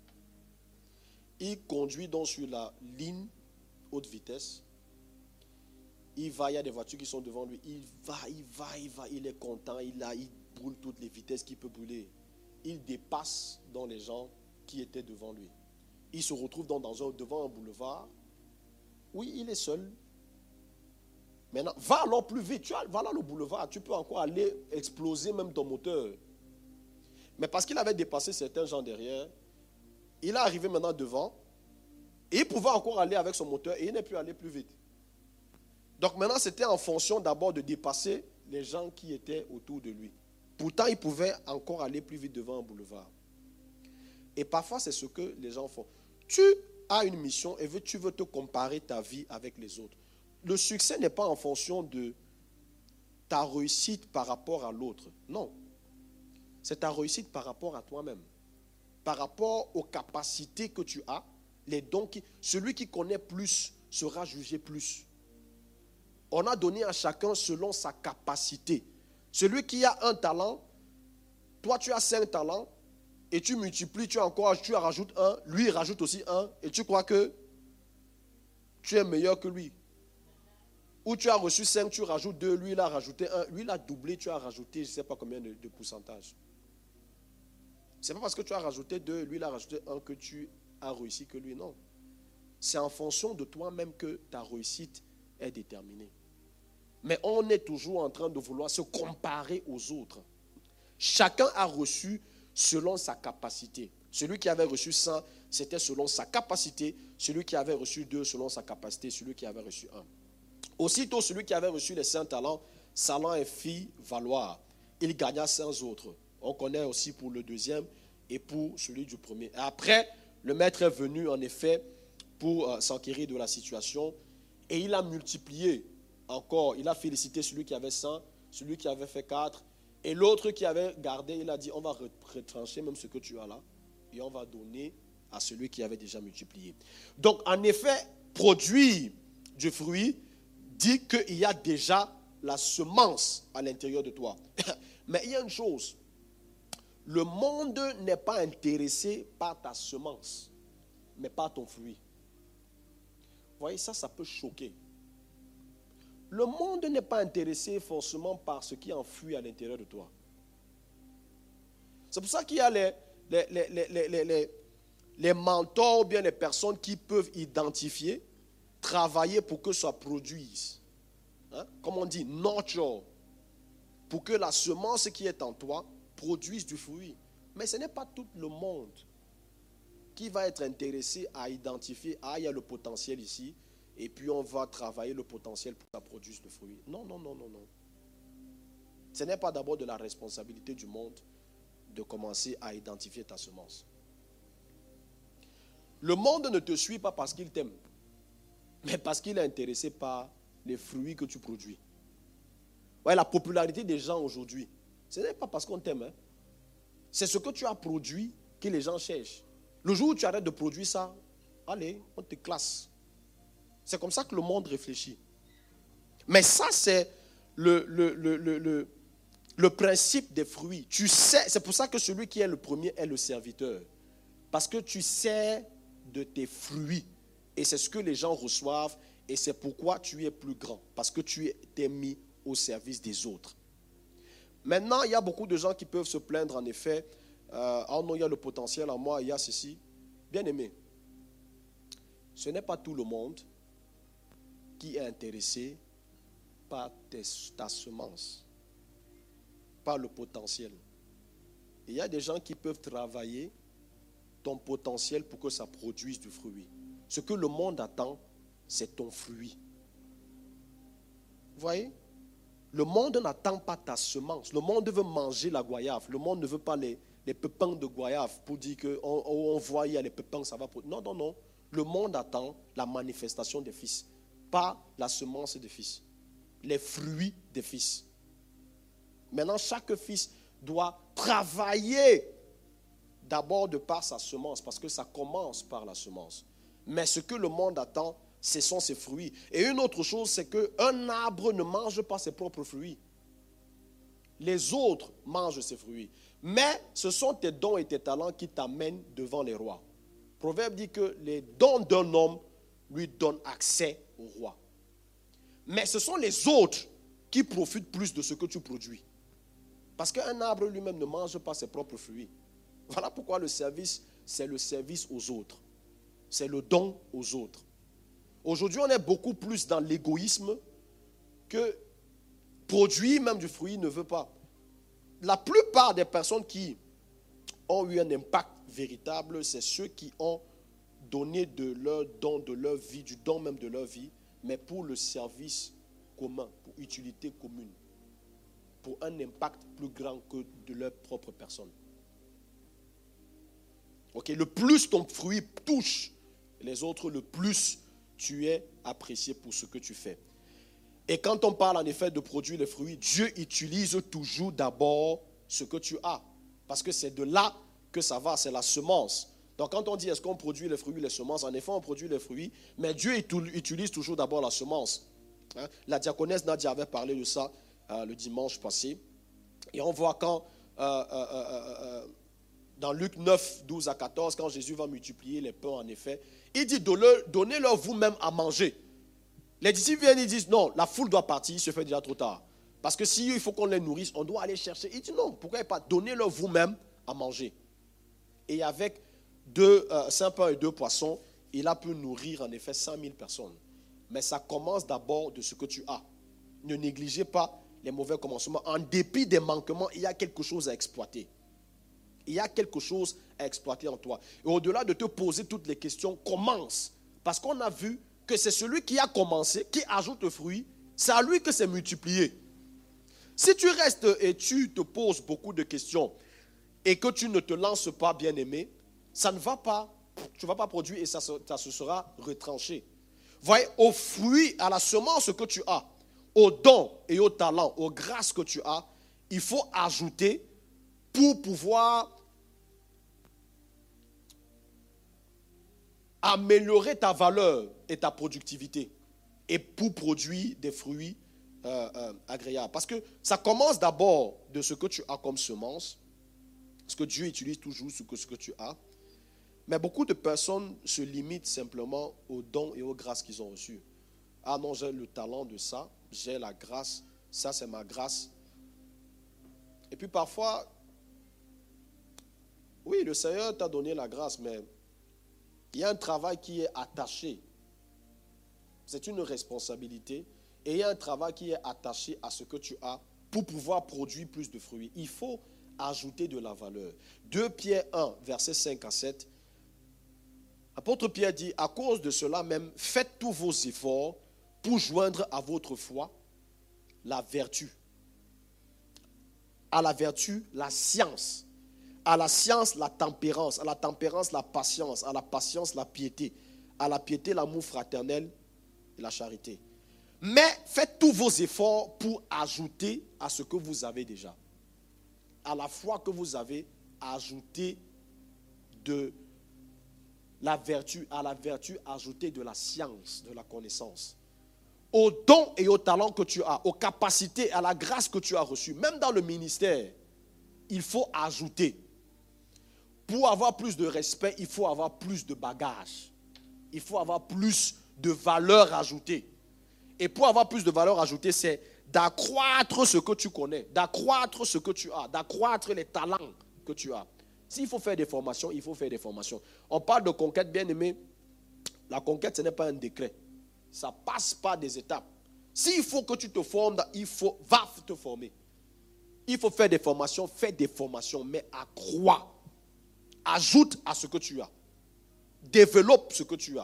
Il conduit donc sur la ligne haute vitesse. Il va, il y a des voitures qui sont devant lui. Il va, il va, il va, il est content. Il, a, il brûle toutes les vitesses qu'il peut brûler. Il dépasse dans les gens qui étaient devant lui. Il se retrouve donc dans un, devant un boulevard. Oui, il est seul. Maintenant, va alors plus vite. Tu as, va là le boulevard. Tu peux encore aller exploser même ton moteur. Mais parce qu'il avait dépassé certains gens derrière, il est arrivé maintenant devant. Et il pouvait encore aller avec son moteur et il n'est plus allé plus vite. Donc maintenant, c'était en fonction d'abord de dépasser les gens qui étaient autour de lui. Pourtant, il pouvait encore aller plus vite devant un boulevard. Et parfois, c'est ce que les gens font. Tu as une mission et tu veux te comparer ta vie avec les autres. Le succès n'est pas en fonction de ta réussite par rapport à l'autre. Non. C'est ta réussite par rapport à toi-même. Par rapport aux capacités que tu as, les dons qui... Celui qui connaît plus sera jugé plus. On a donné à chacun selon sa capacité. Celui qui a un talent, toi tu as cinq talents, et tu multiplies, tu encourages, tu rajoutes un, lui il rajoute aussi un, et tu crois que tu es meilleur que lui. Ou tu as reçu cinq, tu rajoutes deux, lui il a rajouté un, lui il a doublé, tu as rajouté je ne sais pas combien de, de pourcentage. Ce n'est pas parce que tu as rajouté deux, lui il a rajouté un que tu as réussi que lui, non. C'est en fonction de toi-même que ta réussite est déterminée. Mais on est toujours en train de vouloir se comparer aux autres. Chacun a reçu selon sa capacité. Celui qui avait reçu cent, c'était selon sa capacité. Celui qui avait reçu deux, selon sa capacité. Celui qui avait reçu un. Aussitôt, celui qui avait reçu les cinq talents, s'allant et fit valoir. Il gagna cinq autres. On connaît aussi pour le deuxième et pour celui du premier. Et après, le maître est venu en effet pour euh, s'enquérir de la situation. Et il a multiplié encore. Il a félicité celui qui avait cent, celui qui avait fait quatre. Et l'autre qui avait gardé, il a dit, on va retrancher même ce que tu as là. Et on va donner à celui qui avait déjà multiplié. Donc, en effet, produire du fruit dit qu'il y a déjà la semence à l'intérieur de toi. Mais il y a une chose. Le monde n'est pas intéressé par ta semence, mais par ton fruit. Vous voyez, ça, ça peut choquer. Le monde n'est pas intéressé forcément par ce qui enfuit à l'intérieur de toi. C'est pour ça qu'il y a les, les, les, les, les, les, les mentors ou bien les personnes qui peuvent identifier, travailler pour que ça produise. Hein? Comme on dit, nurture. Pour que la semence qui est en toi produise du fruit. Mais ce n'est pas tout le monde qui va être intéressé à identifier, ah, il y a le potentiel ici, et puis on va travailler le potentiel pour que ça produise le fruit. Non, non, non, non, non. Ce n'est pas d'abord de la responsabilité du monde de commencer à identifier ta semence. Le monde ne te suit pas parce qu'il t'aime, mais parce qu'il est intéressé par les fruits que tu produis. Ouais, la popularité des gens aujourd'hui, ce n'est pas parce qu'on t'aime. Hein. C'est ce que tu as produit que les gens cherchent. Le jour où tu arrêtes de produire ça, allez, on te classe. C'est comme ça que le monde réfléchit. Mais ça, c'est le, le, le, le, le, le principe des fruits. Tu sais, c'est pour ça que celui qui est le premier est le serviteur. Parce que tu sais de tes fruits. Et c'est ce que les gens reçoivent. Et c'est pourquoi tu es plus grand. Parce que tu t'es mis au service des autres. Maintenant, il y a beaucoup de gens qui peuvent se plaindre, en effet. Euh, oh non, il y a le potentiel en moi, il y a ceci. Bien aimé, ce n'est pas tout le monde qui est intéressé par tes, ta semence, par le potentiel. Il y a des gens qui peuvent travailler ton potentiel pour que ça produise du fruit. Ce que le monde attend, c'est ton fruit. Vous voyez? Le monde n'attend pas ta semence. Le monde veut manger la goyave. Le monde ne veut pas les, les pépins de goyave pour dire qu'on on voit il y a les pépins, ça va. Non, non, non. Le monde attend la manifestation des fils, pas la semence des fils, les fruits des fils. Maintenant, chaque fils doit travailler d'abord de par sa semence, parce que ça commence par la semence. Mais ce que le monde attend, ce sont ses fruits. Et une autre chose, c'est qu'un arbre ne mange pas ses propres fruits. Les autres mangent ses fruits. Mais ce sont tes dons et tes talents qui t'amènent devant les rois. Le Proverbe dit que les dons d'un homme lui donnent accès au roi. Mais ce sont les autres qui profitent plus de ce que tu produis. Parce qu'un arbre lui-même ne mange pas ses propres fruits. Voilà pourquoi le service, c'est le service aux autres. C'est le don aux autres. Aujourd'hui, on est beaucoup plus dans l'égoïsme que produire même du fruit ne veut pas. La plupart des personnes qui ont eu un impact véritable, c'est ceux qui ont donné de leur don, de leur vie, du don même de leur vie, mais pour le service commun, pour utilité commune, pour un impact plus grand que de leur propre personne. Okay? Le plus ton fruit touche les autres, le plus tu es apprécié pour ce que tu fais. Et quand on parle en effet de produire les fruits, Dieu utilise toujours d'abord ce que tu as. Parce que c'est de là que ça va, c'est la semence. Donc quand on dit est-ce qu'on produit les fruits, les semences, en effet on produit les fruits, mais Dieu utilise toujours d'abord la semence. Hein? La diaconesse Nadia avait parlé de ça euh, le dimanche passé. Et on voit quand, euh, euh, euh, euh, dans Luc neuf, douze à quatorze, quand Jésus va multiplier les pains en effet, il dit donnez-leur vous-même à manger. Les disciples viennent et disent non, la foule doit partir, il se fait déjà trop tard. Parce que s'il faut qu'on les nourrisse, on doit aller chercher. Il dit non, pourquoi pas donnez-leur vous-même à manger. Et avec deux, euh, cinq pains et deux poissons, il a pu nourrir en effet cent mille personnes. Mais ça commence d'abord de ce que tu as. Ne négligez pas les mauvais commencements. En dépit des manquements, il y a quelque chose à exploiter. Il y a quelque chose à exploiter en toi. Et au-delà de te poser toutes les questions, commence. Parce qu'on a vu que c'est celui qui a commencé, qui ajoute le fruit, c'est à lui que c'est multiplié. Si tu restes et tu te poses beaucoup de questions et que tu ne te lances pas, bien-aimé, ça ne va pas, tu ne vas pas produire et ça, ça se sera retranché. Voyez, au fruit, à la semence que tu as, aux dons et aux talents, aux grâces que tu as, il faut ajouter pour pouvoir améliorer ta valeur et ta productivité et pour produire des fruits euh, euh, agréables. Parce que ça commence d'abord de ce que tu as comme semence, parce que Dieu utilise toujours ce que, ce que tu as. Mais beaucoup de personnes se limitent simplement aux dons et aux grâces qu'ils ont reçues. Ah non, j'ai le talent de ça, j'ai la grâce, ça c'est ma grâce. Et puis parfois, oui, le Seigneur t'a donné la grâce, mais il y a un travail qui est attaché. C'est une responsabilité. Et il y a un travail qui est attaché à ce que tu as pour pouvoir produire plus de fruits. Il faut ajouter de la valeur. deux Pierre un, versets cinq à sept. L'apôtre Pierre dit, à cause de cela même, faites tous vos efforts pour joindre à votre foi la vertu. À la vertu, la science. À la science, la tempérance. À la tempérance, la patience. À la patience, la piété. À la piété, l'amour fraternel et la charité. Mais faites tous vos efforts pour ajouter à ce que vous avez déjà. À la foi que vous avez, ajouté de la vertu, à la vertu, ajouter de la science, de la connaissance. Aux dons et aux talents que tu as, aux capacités, à la grâce que tu as reçue, même dans le ministère, il faut ajouter. Pour avoir plus de respect, il faut avoir plus de bagages. Il faut avoir plus de valeur ajoutée. Et pour avoir plus de valeur ajoutée, c'est d'accroître ce que tu connais, d'accroître ce que tu as, d'accroître les talents que tu as. S'il faut faire des formations, il faut faire des formations. On parle de conquête, bien aimé. La conquête, ce n'est pas un décret. Ça passe par des étapes. S'il faut que tu te formes, il faut, va te former. Il faut faire des formations, fais des formations, mais accroît. Ajoute à ce que tu as. Développe ce que tu as.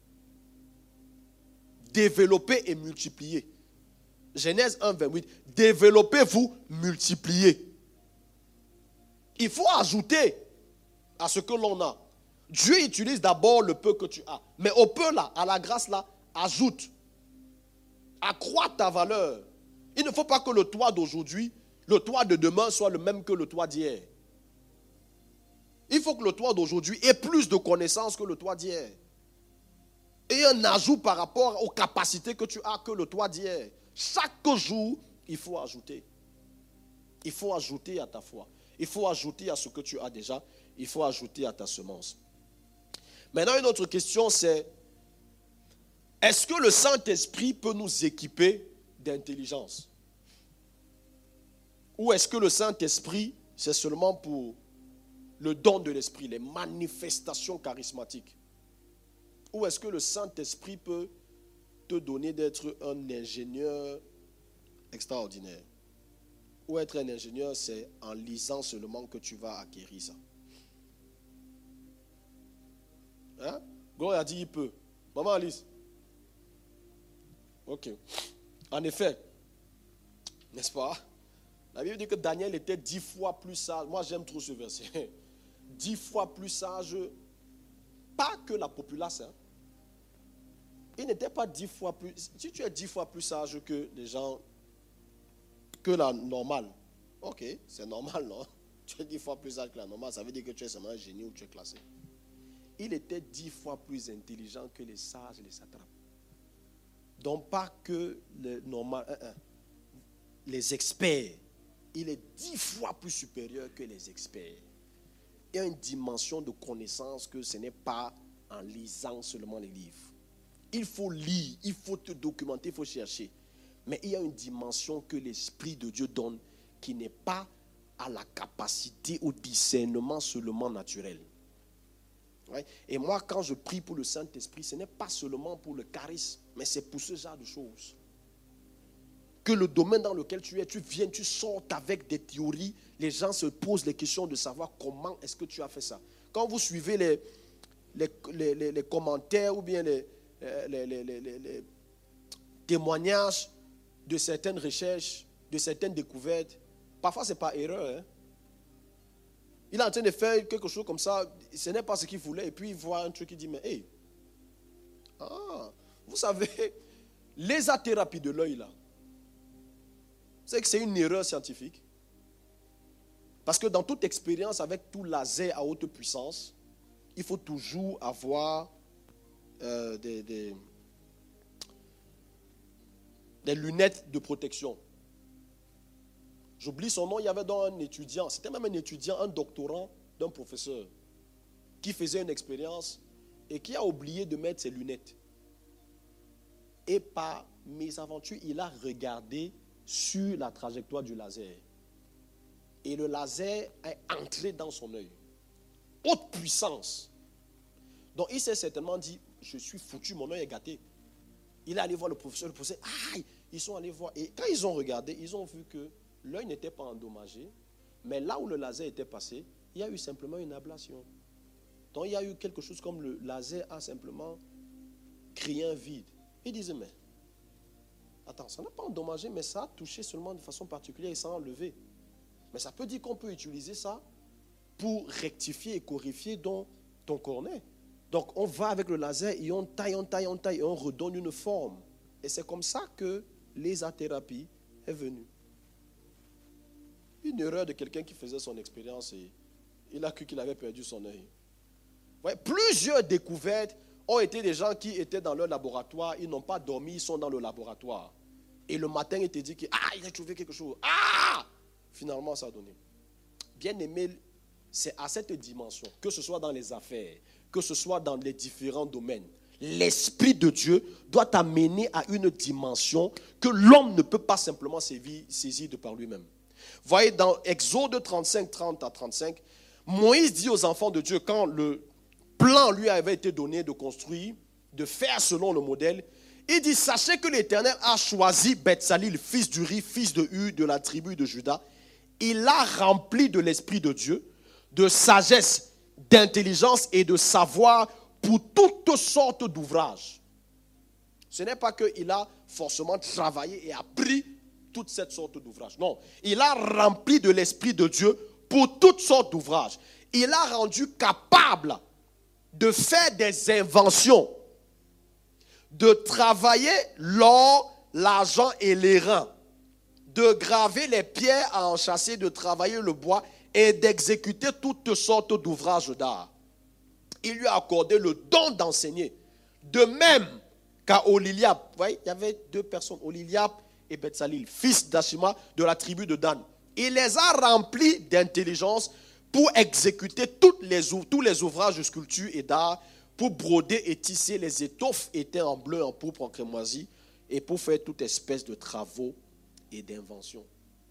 Développer et multiplier. Genèse un, vingt-huit. Développez-vous, multipliez. Il faut ajouter à ce que l'on a. Dieu utilise d'abord le peu que tu as. Mais au peu là, à la grâce là, ajoute. Accroît ta valeur. Il ne faut pas que le toi d'aujourd'hui, le toi de demain soit le même que le toi d'hier. Il faut que le toi d'aujourd'hui ait plus de connaissances que le toi d'hier. Et un ajout par rapport aux capacités que tu as que le toi d'hier. Chaque jour, il faut ajouter. Il faut ajouter à ta foi. Il faut ajouter à ce que tu as déjà. Il faut ajouter à ta semence. Maintenant, une autre question, c'est est-ce que le Saint-Esprit peut nous équiper d'intelligence? Ou est-ce que le Saint-Esprit, c'est seulement pour le don de l'Esprit, les manifestations charismatiques? Ou est-ce que le Saint-Esprit peut te donner d'être un ingénieur extraordinaire? Ou être un ingénieur, c'est en lisant seulement que tu vas acquérir ça. Hein? Gloria a dit il peut. Maman Alice. Ok. En effet, n'est-ce pas? La Bible dit que Daniel était dix fois plus sage. Moi, j'aime trop ce verset. Dix fois plus sage, pas que la populace. Hein. Il n'était pas dix fois plus. Si tu es dix fois plus sage que les gens, que la normale, ok, c'est normal, non? Tu es dix fois plus sage que la normale, ça veut dire que tu es seulement un génie ou tu es classé. Il était dix fois plus intelligent que les sages et les satrapes. Donc, pas que le normal, hein, hein, les experts. Il est dix fois plus supérieur que les experts. Il y a une dimension de connaissance que ce n'est pas en lisant seulement les livres. Il faut lire, il faut te documenter, il faut chercher. Mais il y a une dimension que l'Esprit de Dieu donne qui n'est pas à la capacité, au discernement seulement naturel. Ouais. Et moi, quand je prie pour le Saint-Esprit, ce n'est pas seulement pour le charisme, mais c'est pour ce genre de choses. Que le domaine dans lequel tu es, tu viens, tu sortes avec des théories, les gens se posent les questions de savoir comment est-ce que tu as fait ça. Quand vous suivez les, les, les, les, les commentaires ou bien les, les, les, les, les, les témoignages de certaines recherches, de certaines découvertes, parfois ce n'est pas erreur. Hein? Il est en train de faire quelque chose comme ça, ce n'est pas ce qu'il voulait, et puis il voit un truc, il dit, mais hey, ah, vous savez, l'ésothérapeute de l'œil là, c'est que c'est une erreur scientifique. Parce que dans toute expérience avec tout laser à haute puissance, il faut toujours avoir euh, des, des, des lunettes de protection. J'oublie son nom, il y avait donc un étudiant, c'était même un étudiant, un doctorant d'un professeur, qui faisait une expérience et qui a oublié de mettre ses lunettes. Et par mésaventure, il a regardé sur la trajectoire du laser. Et le laser est entré dans son œil. Haute puissance. Donc il s'est certainement dit, je suis foutu, mon œil est gâté. Il est allé voir le professeur, le professeur, aïe, ils sont allés voir. Et quand ils ont regardé, ils ont vu que l'œil n'était pas endommagé, mais là où le laser était passé, il y a eu simplement une ablation. Donc il y a eu quelque chose comme le laser a simplement créé un vide. Il disait, mais attends, ça n'a pas endommagé, mais ça a touché seulement de façon particulière et ça a enlevé. Mais ça peut dire qu'on peut utiliser ça pour rectifier et corriger ton, ton cornet. Donc, on va avec le laser et on taille, on taille, on taille et on redonne une forme. Et c'est comme ça que l'ésothérapeute est venue. Une erreur de quelqu'un qui faisait son expérience et il a cru qu'il avait perdu son œil. Ouais, plusieurs découvertes ont été des gens qui étaient dans leur laboratoire, ils n'ont pas dormi, ils sont dans le laboratoire. Et le matin, il te dit que, ah, il a trouvé quelque chose. Ah! Finalement, ça a donné. Bien aimé, c'est à cette dimension, que ce soit dans les affaires, que ce soit dans les différents domaines, l'Esprit de Dieu doit t'amener à une dimension que l'homme ne peut pas simplement saisir de par lui-même. Voyez, dans Exode trente-cinq, trente à trente-cinq, Moïse dit aux enfants de Dieu, quand le plan lui avait été donné de construire, de faire selon le modèle, il dit, sachez que l'Éternel a choisi Betsalil, fils d'Uri, fils de Hu, de la tribu de Juda. Il l'a rempli de l'Esprit de Dieu, de sagesse, d'intelligence et de savoir pour toutes sortes d'ouvrages. Ce n'est pas qu'il a forcément travaillé et appris toutes cette sortes d'ouvrages. Non, il a rempli de l'Esprit de Dieu pour toutes sortes d'ouvrages. Il a rendu capable de faire des inventions, de travailler l'or, l'argent et les reins, de graver les pierres à enchâsser, de travailler le bois et d'exécuter toutes sortes d'ouvrages d'art. Il lui a accordé le don d'enseigner. De même qu'à Oholiab, vous voyez, il y avait deux personnes, Oholiab et Betsalil, fils d'Ashima de la tribu de Dan. Il les a remplis d'intelligence pour exécuter toutes les, tous les ouvrages de sculpture et d'art, pour broder et tisser les étoffes étaient en bleu, en pourpre, en crémoisie, et pour faire toute espèce de travaux et d'inventions.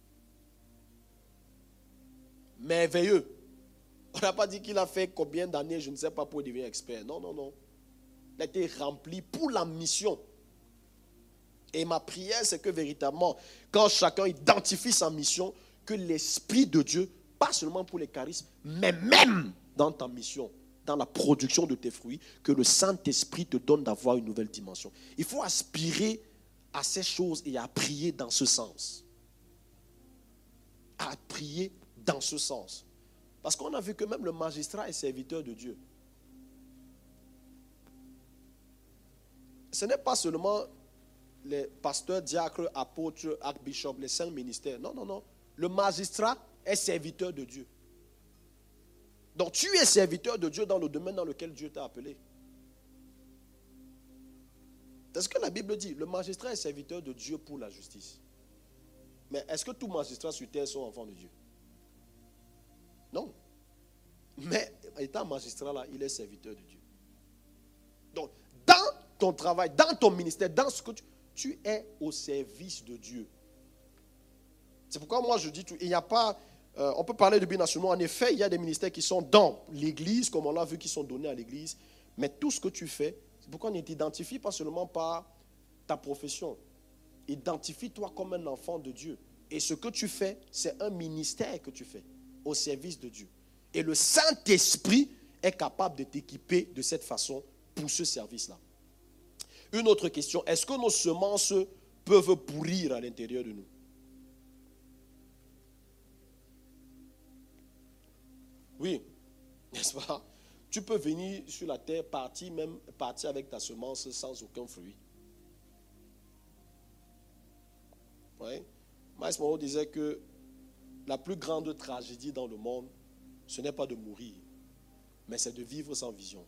Merveilleux. On n'a pas dit qu'il a fait combien d'années, je ne sais pas, pour devenir expert. Non, non, non. Il a été rempli pour la mission. Et ma prière, c'est que véritablement, quand chacun identifie sa mission, que l'Esprit de Dieu, pas seulement pour les charismes, mais même dans ta mission, dans la production de tes fruits, que le Saint-Esprit te donne d'avoir une nouvelle dimension. Il faut aspirer à ces choses et à prier dans ce sens. À prier dans ce sens. Parce qu'on a vu que même le magistrat est serviteur de Dieu. Ce n'est pas seulement les pasteurs, diacres, apôtres, archbishops, les saints ministères. Non, non, non. Le magistrat est serviteur de Dieu. Donc tu es serviteur de Dieu dans le domaine dans lequel Dieu t'a appelé. C'est ce que la Bible dit. Le magistrat est serviteur de Dieu pour la justice. Mais est-ce que tous magistrats sur terre sont enfants de Dieu? Non. Mais étant magistrat là, il est serviteur de Dieu. Donc, dans ton travail, dans ton ministère, dans ce que tu, tu es au service de Dieu. C'est pourquoi moi je dis, tout, il n'y a pas, euh, on peut parler de binationaux. En effet, il y a des ministères qui sont dans l'église, comme on l'a vu, qui sont donnés à l'église. Mais tout ce que tu fais, c'est pourquoi on ne t'identifie pas seulement par ta profession. Identifie-toi comme un enfant de Dieu. Et ce que tu fais, c'est un ministère que tu fais au service de Dieu. Et le Saint-Esprit est capable de t'équiper de cette façon pour ce service-là. Une autre question, est-ce que nos semences peuvent pourrir à l'intérieur de nous? Oui, n'est-ce pas? Tu peux venir sur la terre, partir même partir avec ta semence sans aucun fruit. Oui. Miles Monroe disait que la plus grande tragédie dans le monde, ce n'est pas de mourir, mais c'est de vivre sans vision.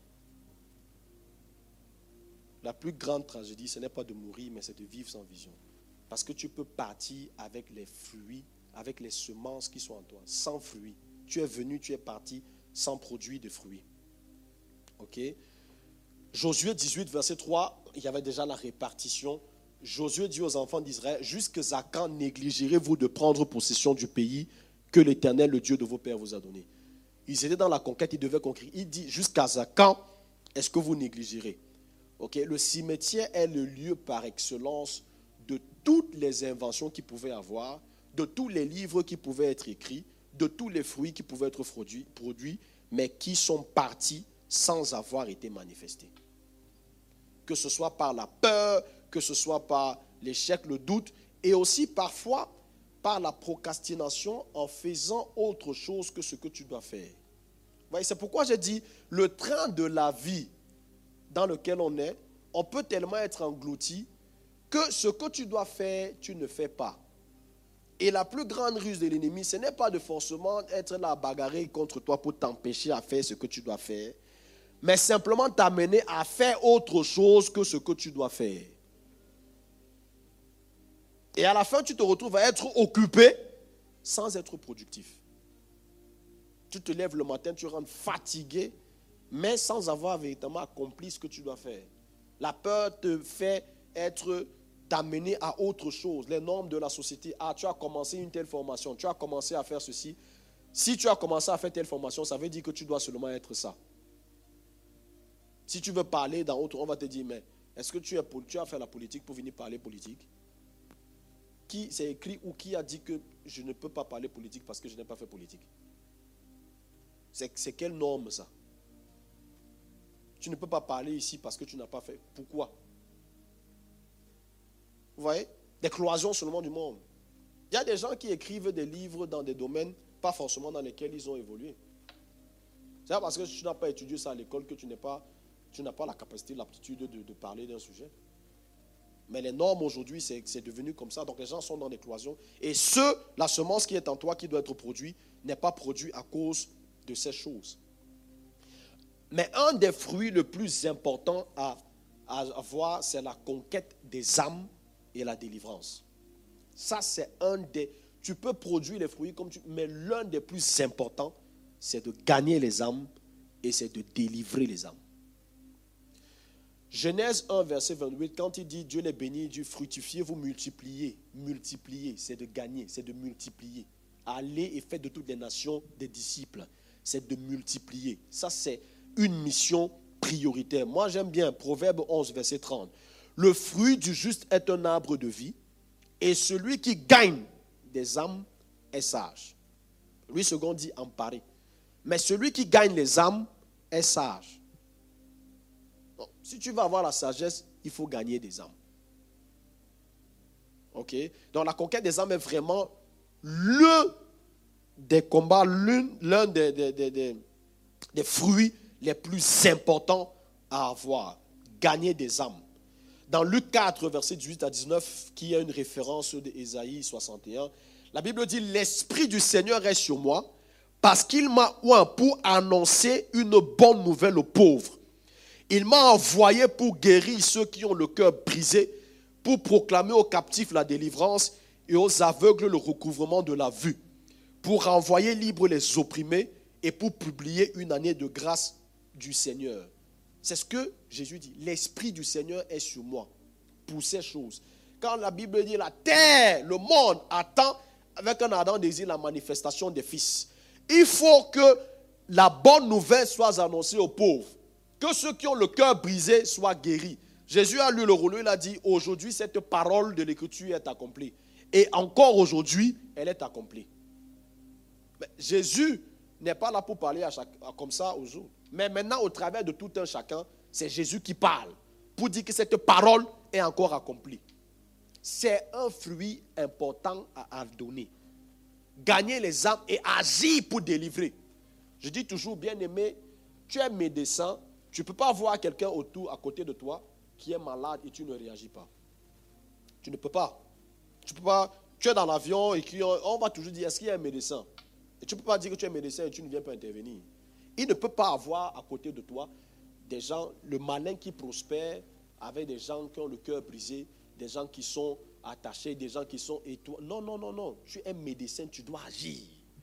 La plus grande tragédie, ce n'est pas de mourir, mais c'est de vivre sans vision. Parce que tu peux partir avec les fruits, avec les semences qui sont en toi, sans fruits. Tu es venu, tu es parti sans produit de fruits. Ok? Josué dix-huit, verset trois, il y avait déjà la répartition. Josué dit aux enfants d'Israël, jusqu'à quand négligerez-vous de prendre possession du pays que l'Éternel, le Dieu de vos pères, vous a donné? Ils étaient dans la conquête, ils devaient conquérir. Il dit, jusqu'à quand est-ce que vous négligerez? Okay? Le cimetière est le lieu par excellence de toutes les inventions qu'ils pouvaient avoir, de tous les livres qui pouvaient être écrits, de tous les fruits qui pouvaient être produits, produits mais qui sont partis sans avoir été manifestés. Que ce soit par la peur, que ce soit par l'échec, le doute, et aussi parfois par la procrastination en faisant autre chose que ce que tu dois faire. voyez, c'est pourquoi j'ai dit, le train de la vie dans lequel on est, on peut tellement être englouti que ce que tu dois faire, tu ne fais pas. Et la plus grande ruse de l'ennemi, ce n'est pas de forcément être là à bagarrer contre toi pour t'empêcher à faire ce que tu dois faire, mais simplement t'amener à faire autre chose que ce que tu dois faire. Et à la fin, tu te retrouves à être occupé sans être productif. Tu te lèves le matin, tu rentres fatigué, mais sans avoir véritablement accompli ce que tu dois faire. La peur te fait être, t'amener à autre chose. Les normes de la société. Ah, tu as commencé une telle formation, tu as commencé à faire ceci. Si tu as commencé à faire telle formation, ça veut dire que tu dois seulement être ça. Si tu veux parler dans autre, on va te dire, mais est-ce que tu, es, tu as fait la politique pour venir parler politique? Qui c'est écrit ou qui a dit que je ne peux pas parler politique parce que je n'ai pas fait politique? C'est, c'est quelle norme ça? Tu ne peux pas parler ici parce que tu n'as pas fait. Pourquoi? Vous voyez? Des cloisons seulement du monde. Il y a des gens qui écrivent des livres dans des domaines pas forcément dans lesquels ils ont évolué. C'est pas parce que tu n'as pas étudié ça à l'école que tu n'es pas, tu n'as pas la capacité, l'aptitude de, de parler d'un sujet. Mais les normes aujourd'hui, c'est, c'est devenu comme ça. Donc les gens sont dans des cloisons. Et ce, la semence qui est en toi, qui doit être produite, n'est pas produite à cause de ces choses. Mais un des fruits le plus important à, à avoir, c'est la conquête des âmes et la délivrance. Ça, c'est un des... Tu peux produire les fruits comme tu... Mais l'un des plus importants, c'est de gagner les âmes et c'est de délivrer les âmes. Genèse un, verset vingt-huit, quand il dit Dieu les bénit, Dieu fructifiez, vous multipliez. Multiplier, c'est de gagner, c'est de multiplier. Allez et faites de toutes les nations des disciples. C'est de multiplier. Ça, c'est une mission prioritaire. Moi, j'aime bien Proverbe onze, verset trente. Le fruit du juste est un arbre de vie, et celui qui gagne des âmes est sage. Louis second dit emparé. Mais celui qui gagne les âmes est sage. Donc, si tu veux avoir la sagesse, il faut gagner des âmes. Ok? Donc la conquête des âmes est vraiment le des combats, l'un, l'un des, des, des, des, des fruits les plus importants à avoir. Gagner des âmes. Dans Luc quatre, versets dix-huit à dix-neuf, qui est une référence d'Ésaïe soixante et un, la Bible dit « L'Esprit du Seigneur est sur moi, parce qu'il m'a oint pour annoncer une bonne nouvelle aux pauvres. Il m'a envoyé pour guérir ceux qui ont le cœur brisé, pour proclamer aux captifs la délivrance et aux aveugles le recouvrement de la vue, pour renvoyer libres les opprimés et pour publier une année de grâce du Seigneur. » C'est ce que Jésus dit. L'Esprit du Seigneur est sur moi pour ces choses. Quand la Bible dit la terre, le monde attend avec un ardent désir la manifestation des fils. Il faut que la bonne nouvelle soit annoncée aux pauvres. Que ceux qui ont le cœur brisé soient guéris. Jésus a lu le rouleau, il a dit, aujourd'hui cette parole de l'Écriture est accomplie. Et encore aujourd'hui, elle est accomplie. Mais Jésus n'est pas là pour parler à chaque, comme ça aux autres. Mais maintenant, au travers de tout un chacun, c'est Jésus qui parle pour dire que cette parole est encore accomplie. C'est un fruit important à, à donner. Gagner les âmes et agir pour délivrer. Je dis toujours, bien-aimé, tu es médecin, tu ne peux pas voir quelqu'un autour, à côté de toi, qui est malade et tu ne réagis pas. Tu ne peux pas. Tu peux pas. Tu es dans l'avion et qui, on va toujours dire, est-ce qu'il y a un médecin? Et tu ne peux pas dire que tu es médecin et tu ne viens pas intervenir. Il ne peut pas avoir à côté de toi des gens, le malin qui prospère, avec des gens qui ont le cœur brisé, des gens qui sont attachés, des gens qui sont étoilés. Non, non, non, non. Tu es médecin, tu dois agir.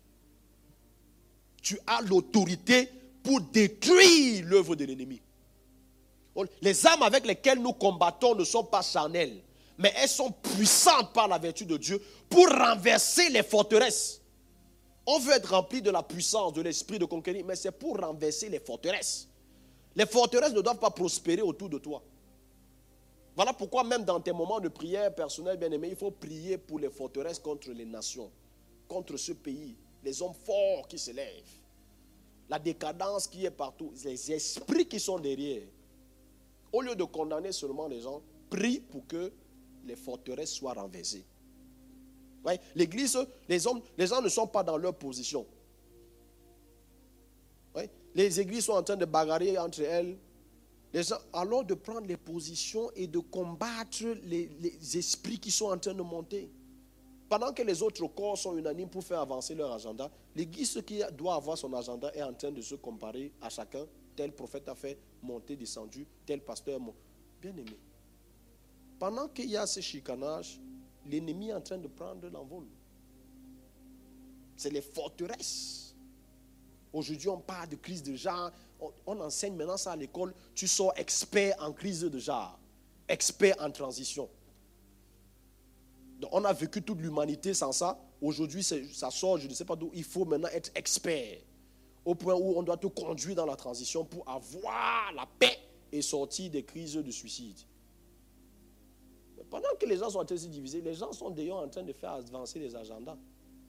Tu as l'autorité pour détruire l'œuvre de l'ennemi. Les armes avec lesquelles nous combattons ne sont pas charnelles, mais elles sont puissantes par la vertu de Dieu pour renverser les forteresses. On veut être rempli de la puissance, de l'esprit de conquérir, mais c'est pour renverser les forteresses. Les forteresses ne doivent pas prospérer autour de toi. Voilà pourquoi même dans tes moments de prière personnelle, bien-aimé, il faut prier pour les forteresses contre les nations, contre ce pays, les hommes forts qui se lèvent, la décadence qui est partout, les esprits qui sont derrière. Au lieu de condamner seulement les gens, prie pour que les forteresses soient renversées. Ouais, l'église, les hommes, les gens ne sont pas dans leur position. Ouais, Les églises sont en train de bagarrer entre elles. Les gens, alors de prendre les positions et de combattre les, les esprits qui sont en train de monter. Pendant que les autres corps sont unanimes pour faire avancer leur agenda, l'église qui doit avoir son agenda est en train de se comparer à chacun. Tel prophète a fait monter, descendu, tel pasteur. Bien aimé. Pendant qu'il y a ce chicanage, l'ennemi est en train de prendre l'envol. C'est les forteresses. Aujourd'hui, on parle de crise de genre. On, on enseigne maintenant ça à l'école. Tu sors expert en crise de genre, expert en transition. Donc, on a vécu toute l'humanité sans ça. Aujourd'hui, ça sort, je ne sais pas d'où. Il faut maintenant être expert. Au point où on doit te conduire dans la transition pour avoir la paix et sortir des crises de suicide. Mais pendant que les gens sont en train de se diviser, les gens sont d'ailleurs en train de faire avancer les agendas.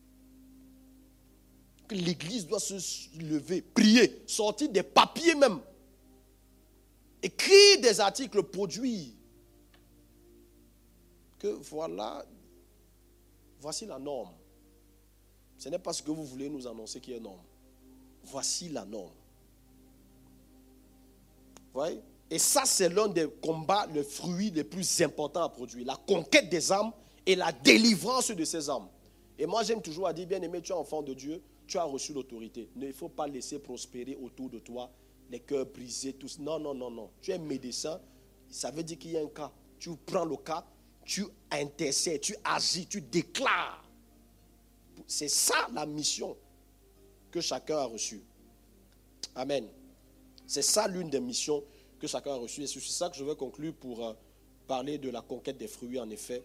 Que l'église doit se lever, prier, sortir des papiers même. Écrire des articles, produire. Que voilà, voici la norme. Ce n'est pas ce que vous voulez nous annoncer qui est norme. Voici la norme. Vous voyez? Et ça, c'est l'un des combats, le fruit les plus importants à produire. La conquête des âmes et la délivrance de ces âmes. Et moi, j'aime toujours dire, bien aimé, tu es enfant de Dieu, tu as reçu l'autorité. Il ne faut pas laisser prospérer autour de toi les cœurs brisés, tous. Non, non, non, non. Tu es médecin, ça veut dire qu'il y a un cas. Tu prends le cas, tu intercèdes, tu agis, tu déclares. C'est ça la mission que chacun a reçue. Amen. C'est ça l'une des missions que chacun a reçues. Et c'est ça que je vais conclure pour euh, parler de la conquête des fruits, en effet.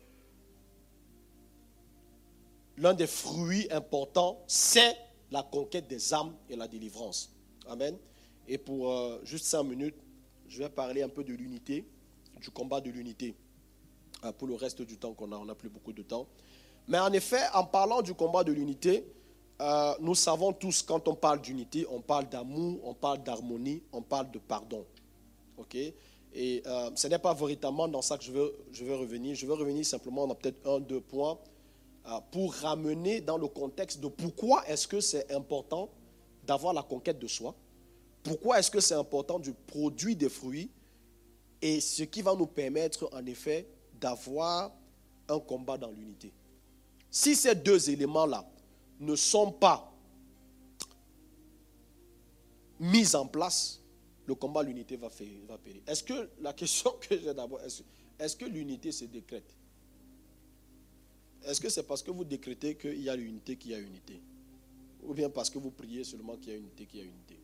L'un des fruits importants, c'est la conquête des âmes et la délivrance. Amen. Et pour euh, juste cinq minutes, je vais parler un peu de l'unité, du combat de l'unité. Euh, pour le reste du temps qu'on a, on n'a plus beaucoup de temps. Mais en effet, en parlant du combat de l'unité, euh, nous savons tous, quand on parle d'unité, on parle d'amour, on parle d'harmonie, on parle de pardon. Ok? Et euh, ce n'est pas véritablement dans ça que je veux, je veux revenir. Je veux revenir simplement dans peut-être un, deux points euh, pour ramener dans le contexte de pourquoi est-ce que c'est important d'avoir la conquête de soi, pourquoi est-ce que c'est important du produit des fruits et ce qui va nous permettre en effet d'avoir un combat dans l'unité. Si ces deux éléments-là ne sont pas mis en place, le combat de l'unité va, va périr. Est-ce que, la question que j'ai d'abord, est-ce, est-ce que l'unité se décrète? Est-ce que c'est parce que vous décrétez qu'il y a l'unité qu'il y a unité? Ou bien parce que vous priez seulement qu'il y a unité qu'il y a unité?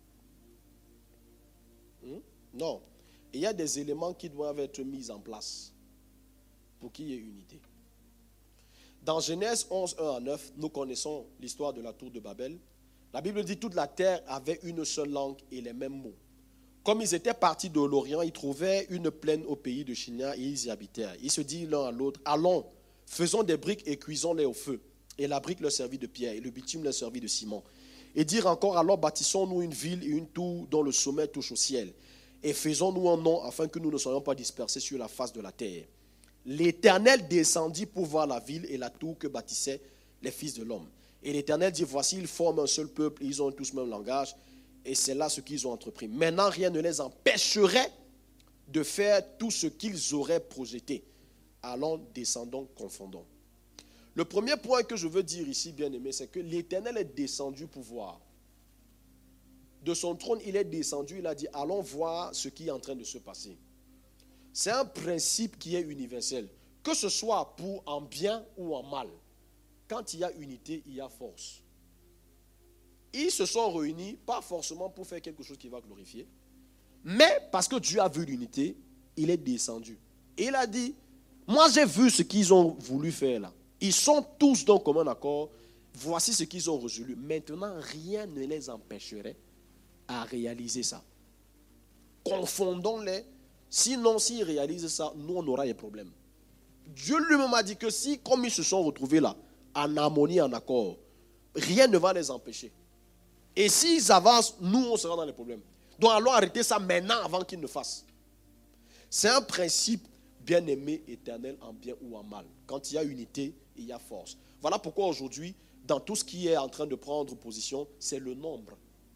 Hmm? Non. Il y a des éléments qui doivent être mis en place pour qu'il y ait unité. Dans Genèse onze, un à neuf, nous connaissons l'histoire de la tour de Babel. La Bible dit que toute la terre avait une seule langue et les mêmes mots. Comme ils étaient partis de l'Orient, ils trouvaient une plaine au pays de Shinar et ils y habitèrent. Ils se dirent l'un à l'autre, allons, faisons des briques et cuisons-les au feu. Et la brique leur servit de pierre et le bitume leur servit de ciment. Et dire encore, alors bâtissons-nous une ville et une tour dont le sommet touche au ciel. Et faisons-nous un nom afin que nous ne soyons pas dispersés sur la face de la terre. L'Éternel descendit pour voir la ville et la tour que bâtissaient les fils de l'homme. Et l'Éternel dit, voici, ils forment un seul peuple, ils ont tous le même langage. Et c'est là ce qu'ils ont entrepris. Maintenant, rien ne les empêcherait de faire tout ce qu'ils auraient projeté. Allons, descendons, confondons. Le premier point que je veux dire ici, bien aimé, c'est que l'Éternel est descendu pour voir. De son trône, il est descendu, il a dit, allons voir ce qui est en train de se passer. C'est un principe qui est universel. Que ce soit pour en bien ou en mal. Quand il y a unité, il y a force. Ils se sont réunis, pas forcément pour faire quelque chose qui va glorifier, mais parce que Dieu a vu l'unité, il est descendu. Et il a dit, moi j'ai vu ce qu'ils ont voulu faire là. Ils sont tous dans commun accord. Voici ce qu'ils ont résolu. Maintenant, rien ne les empêcherait à réaliser ça. Confondons-les. Sinon, s'ils réalisent ça, nous, on aura des problèmes. Dieu lui-même a dit que si, comme ils se sont retrouvés là, en harmonie, en accord, rien ne va les empêcher. Et s'ils avancent, nous, on sera dans les problèmes. Donc, allons arrêter ça maintenant avant qu'ils ne fassent. C'est un principe bien-aimé, éternel, en bien ou en mal. Quand il y a unité, il y a force. Voilà pourquoi aujourd'hui, dans tout ce qui est en train de prendre position, c'est le nombre.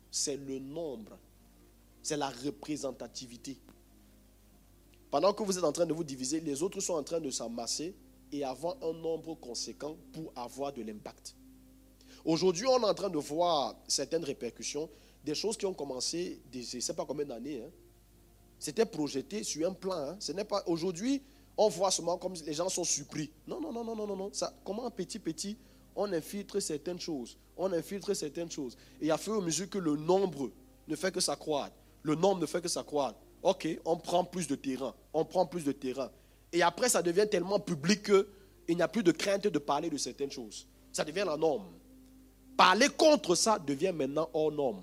c'est le nombre. C'est la représentativité. Pendant que vous êtes en train de vous diviser, les autres sont en train de s'amasser et avoir un nombre conséquent pour avoir de l'impact. Aujourd'hui, on est en train de voir certaines répercussions, des choses qui ont commencé, je ne sais pas combien d'années. Hein. C'était projeté sur un plan. Hein. Ce n'est pas aujourd'hui, on voit seulement comme les gens sont surpris. Non, non, non, non, non, non, non. Ça, comment petit, petit, on infiltre certaines choses. On infiltre certaines choses. Et à fur et à mesure que le nombre ne fait que s'accroître, le nombre ne fait que s'accroître. Ok, on prend plus de terrain. On prend plus de terrain. Et après, ça devient tellement public qu'il n'y a plus de crainte de parler de certaines choses. Ça devient la norme. Parler contre ça devient maintenant hors norme.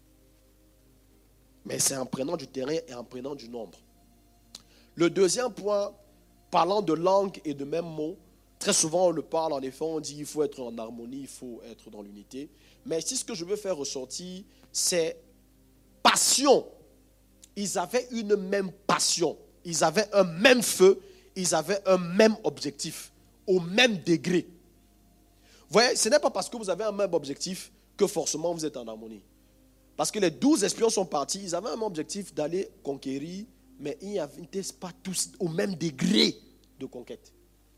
Mais c'est en prenant du terrain et en prenant du nombre. Le deuxième point, parlant de langue et de même mot, très souvent on le parle, en effet, on dit qu'il faut être en harmonie, il faut être dans l'unité. Mais ici, ce que je veux faire ressortir, c'est passion. Ils avaient une même passion, ils avaient un même feu, ils avaient un même objectif, au même degré. Vous voyez, ce n'est pas parce que vous avez un même objectif que forcément vous êtes en harmonie. Parce que les douze espions sont partis, ils avaient un même objectif d'aller conquérir, mais ils n'étaient pas tous au même degré de conquête.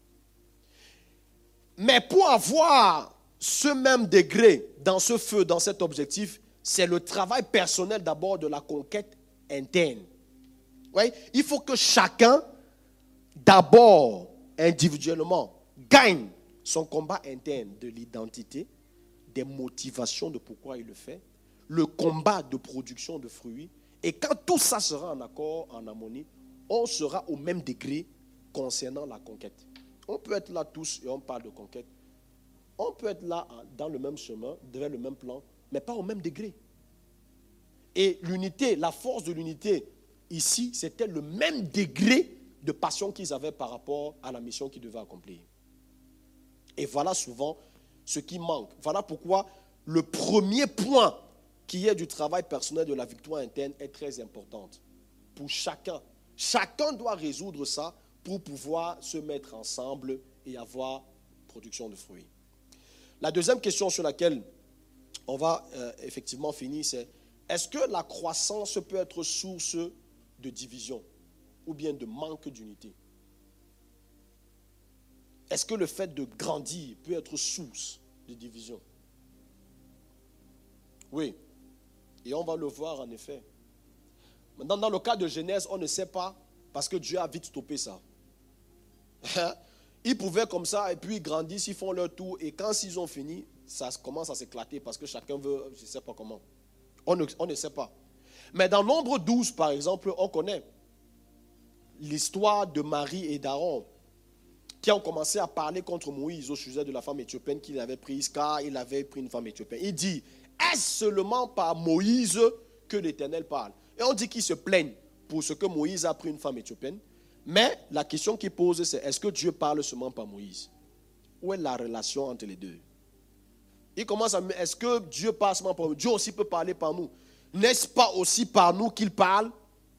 Mais pour avoir ce même degré dans ce feu, dans cet objectif, c'est le travail personnel d'abord de la conquête interne. Ouais? Il faut que chacun, d'abord, individuellement, gagne son combat interne de l'identité, des motivations de pourquoi il le fait, le combat de production de fruits. Et quand tout ça sera en accord, en harmonie, on sera au même degré concernant la conquête. On peut être là tous et on parle de conquête. On peut être là dans le même chemin, vers le même plan, mais pas au même degré. Et l'unité, la force de l'unité, ici, c'était le même degré de passion qu'ils avaient par rapport à la mission qu'ils devaient accomplir. Et voilà souvent ce qui manque. Voilà pourquoi le premier point qui est du travail personnel de la victoire interne est très importante. Pour chacun. Chacun doit résoudre ça pour pouvoir se mettre ensemble et avoir production de fruits. La deuxième question sur laquelle on va euh, effectivement finir, c'est est-ce que la croissance peut être source de division ou bien de manque d'unité? Est-ce que le fait de grandir peut être source de division? Oui. Et on va le voir en effet. Maintenant, dans le cas de Genèse, on ne sait pas parce que Dieu a vite stoppé ça. Ils pouvaient comme ça et puis ils grandissent, ils font leur tour et quand ils ont fini, ça commence à s'éclater parce que chacun veut, je ne sais pas comment. On ne, on ne sait pas. Mais dans Nombre douze, par exemple, on connaît l'histoire de Marie et d'Aaron qui ont commencé à parler contre Moïse au sujet de la femme éthiopienne qu'il avait prise car il avait pris une femme éthiopienne. Il dit, est-ce seulement par Moïse que l'Éternel parle? Et on dit qu'ils se plaignent pour ce que Moïse a pris une femme éthiopienne. Mais la question qu'il pose, c'est est-ce que Dieu parle seulement par Moïse? Où est la relation entre les deux? Il commence à me dire, est-ce que Dieu parle seulement par nous? Dieu aussi peut parler par nous. N'est-ce pas aussi par nous qu'il parle?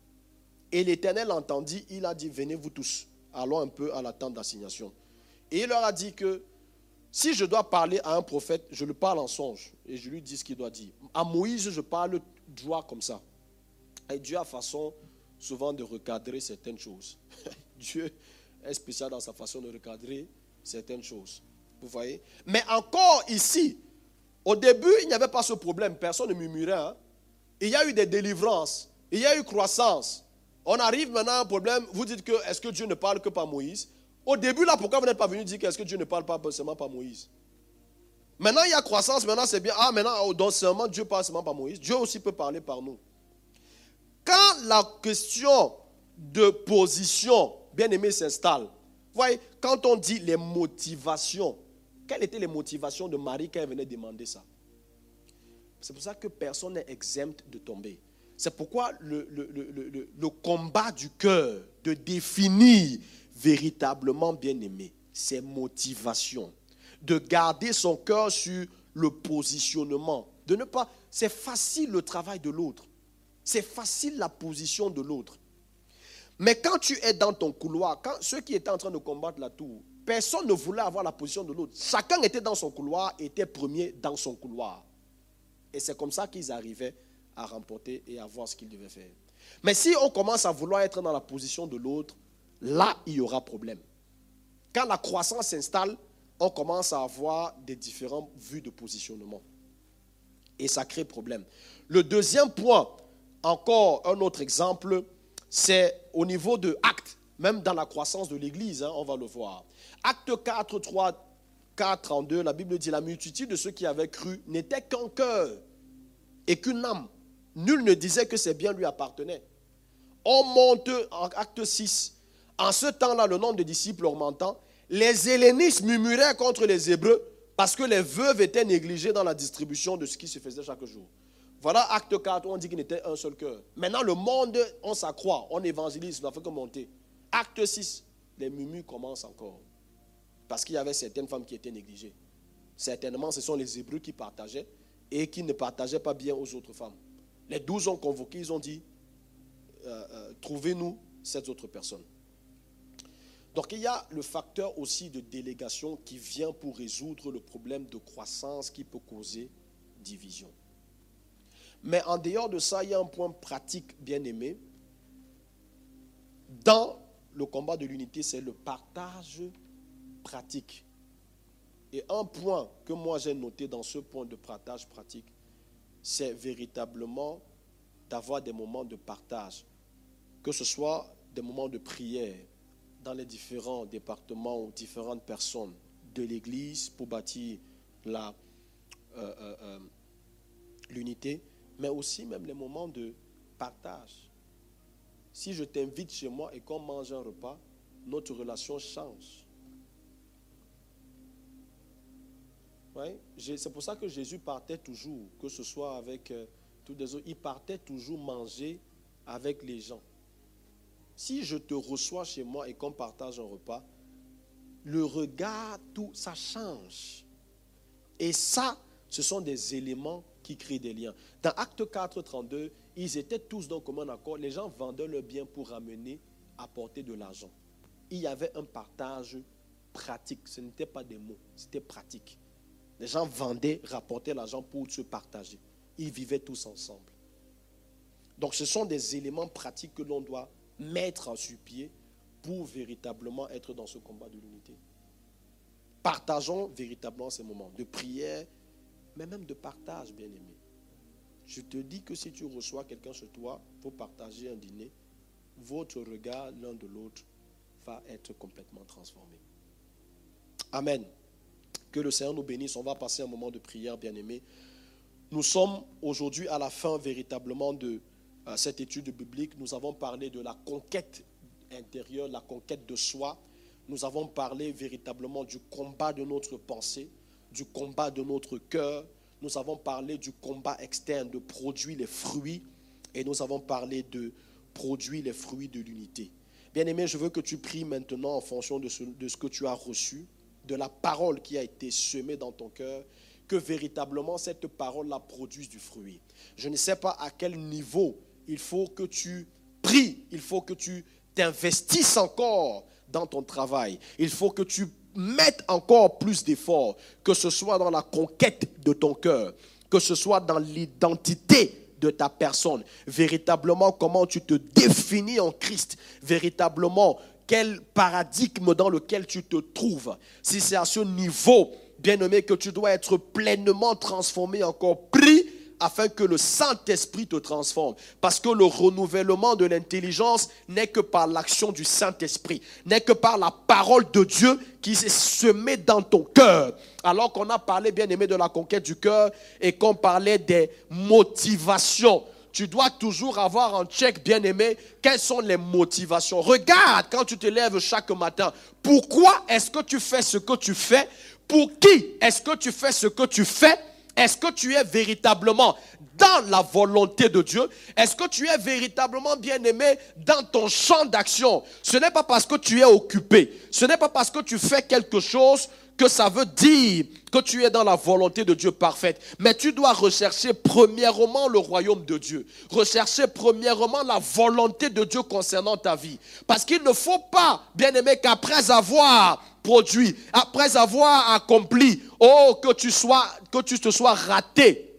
Et l'Éternel entendit, il a dit, venez vous tous, allons un peu à la tente d'assignation. Et il leur a dit que si je dois parler à un prophète, je le parle en songe et je lui dis ce qu'il doit dire. À Moïse, je parle droit comme ça. Et Dieu a façon souvent de recadrer certaines choses. Dieu est spécial dans sa façon de recadrer certaines choses. Vous voyez? Mais encore ici, au début, il n'y avait pas ce problème. Personne ne murmurait. Hein? Il y a eu des délivrances. Il y a eu croissance. On arrive maintenant à un problème. Vous dites que est-ce que Dieu ne parle que par Moïse? Au début, là, pourquoi vous n'êtes pas venu dire qu'est-ce que Dieu ne parle pas seulement par Moïse? Maintenant, il y a croissance. Maintenant, c'est bien. Ah, maintenant, donc seulement Dieu parle seulement par Moïse. Dieu aussi peut parler par nous. Quand la question de position, bien aimé, s'installe, vous voyez, quand on dit les motivations, quelles étaient les motivations de Marie quand elle venait demander ça? C'est pour ça que personne n'est exempt de tomber. C'est pourquoi le, le, le, le, le combat du cœur de définir véritablement, bien aimé, ses motivations, de garder son cœur sur le positionnement, de ne pas, c'est facile le travail de l'autre. C'est facile la position de l'autre. Mais quand tu es dans ton couloir, quand ceux qui étaient en train de combattre la tour, personne ne voulait avoir la position de l'autre. Chacun était dans son couloir et était premier dans son couloir. Et c'est comme ça qu'ils arrivaient à remporter et à voir ce qu'ils devaient faire. Mais si on commence à vouloir être dans la position de l'autre, là, il y aura problème. Quand la croissance s'installe, on commence à avoir des différentes vues de positionnement. Et ça crée problème. Le deuxième point, encore un autre exemple, c'est au niveau de actes, même dans la croissance de l'Église, hein, on va le voir. Acte quatre, trois, quatre, trente-deux, la Bible dit, la multitude de ceux qui avaient cru n'était qu'un cœur et qu'une âme. Nul ne disait que ses biens lui appartenaient. On monte en acte six. En ce temps-là, le nombre de disciples augmentant, les hellénistes murmuraient contre les Hébreux parce que les veuves étaient négligées dans la distribution de ce qui se faisait chaque jour. Voilà acte quatre, où on dit qu'il n'était un seul cœur. Maintenant, le monde, on s'accroît, on évangélise, on ne fait que monter. Acte six, les murmures commencent encore. Parce qu'il y avait certaines femmes qui étaient négligées. Certainement, ce sont les Hébreux qui partageaient et qui ne partageaient pas bien aux autres femmes. Les douze ont convoqué, ils ont dit, euh, euh, trouvez-nous cette autre personne. Donc il y a le facteur aussi de délégation qui vient pour résoudre le problème de croissance qui peut causer division. Mais en dehors de ça, il y a un point pratique bien aimé. Dans le combat de l'unité, c'est le partage pratique. Et un point que moi j'ai noté dans ce point de partage pratique, c'est véritablement d'avoir des moments de partage, que ce soit des moments de prière dans les différents départements ou différentes personnes de l'Église pour bâtir la, euh, euh, euh, l'unité, mais aussi même les moments de partage. Si je t'invite chez moi et qu'on mange un repas, notre relation change. Ouais, c'est pour ça que Jésus partait toujours, que ce soit avec euh, tous les autres, il partait toujours manger avec les gens. Si je te reçois chez moi et qu'on partage un repas, le regard, tout, ça change. Et ça, ce sont des éléments qui créent des liens. Dans Acte quatre, trente-deux, ils étaient tous dans commun accord. Les gens vendaient leurs biens pour ramener, apporter de l'argent. Il y avait un partage pratique. Ce n'était pas des mots, c'était pratique. Les gens vendaient, rapportaient l'argent pour se partager. Ils vivaient tous ensemble. Donc ce sont des éléments pratiques que l'on doit mettre sur pied pour véritablement être dans ce combat de l'unité. Partageons véritablement ces moments de prière, mais même de partage, bien aimé. Je te dis que si tu reçois quelqu'un chez toi pour partager un dîner, votre regard l'un de l'autre va être complètement transformé. Amen. Que le Seigneur nous bénisse. On va passer un moment de prière, bien aimé. Nous sommes aujourd'hui à la fin véritablement de euh, cette étude biblique. Nous avons parlé de la conquête intérieure, la conquête de soi. Nous avons parlé véritablement du combat de notre pensée, du combat de notre cœur. Nous avons parlé du combat externe, de produire les fruits. Et nous avons parlé de produire les fruits de l'unité. Bien-aimé, je veux que tu pries maintenant en fonction de ce, de ce que tu as reçu, de la parole qui a été semée dans ton cœur, que véritablement cette parole-là produise du fruit. Je ne sais pas à quel niveau il faut que tu pries, il faut que tu t'investisses encore dans ton travail. Il faut que tu mettes encore plus d'efforts, que ce soit dans la conquête de ton cœur, que ce soit dans l'identité de ta personne, véritablement comment tu te définis en Christ, véritablement quel paradigme dans lequel tu te trouves. Si c'est à ce niveau, bien-aimé, que tu dois être pleinement transformé, encore pris, afin que le Saint-Esprit te transforme. Parce que le renouvellement de l'intelligence n'est que par l'action du Saint-Esprit, n'est que par la parole de Dieu qui s'est semée dans ton cœur. Alors qu'on a parlé, bien-aimé, de la conquête du cœur et qu'on parlait des motivations. Tu dois toujours avoir en check, bien-aimé, quelles sont les motivations. Regarde quand tu te lèves chaque matin. Pourquoi est-ce que tu fais ce que tu fais? Pour qui est-ce que tu fais ce que tu fais? Est-ce que tu es véritablement dans la volonté de Dieu? Est-ce que tu es véritablement bien-aimé dans ton champ d'action? Ce n'est pas parce que tu es occupé, ce n'est pas parce que tu fais quelque chose que ça veut dire que tu es dans la volonté de Dieu parfaite. Mais tu dois rechercher premièrement le royaume de Dieu. Rechercher premièrement la volonté de Dieu concernant ta vie. Parce qu'il ne faut pas, bien-aimé, qu'après avoir produit, après avoir accompli, oh, que tu sois, que tu te sois raté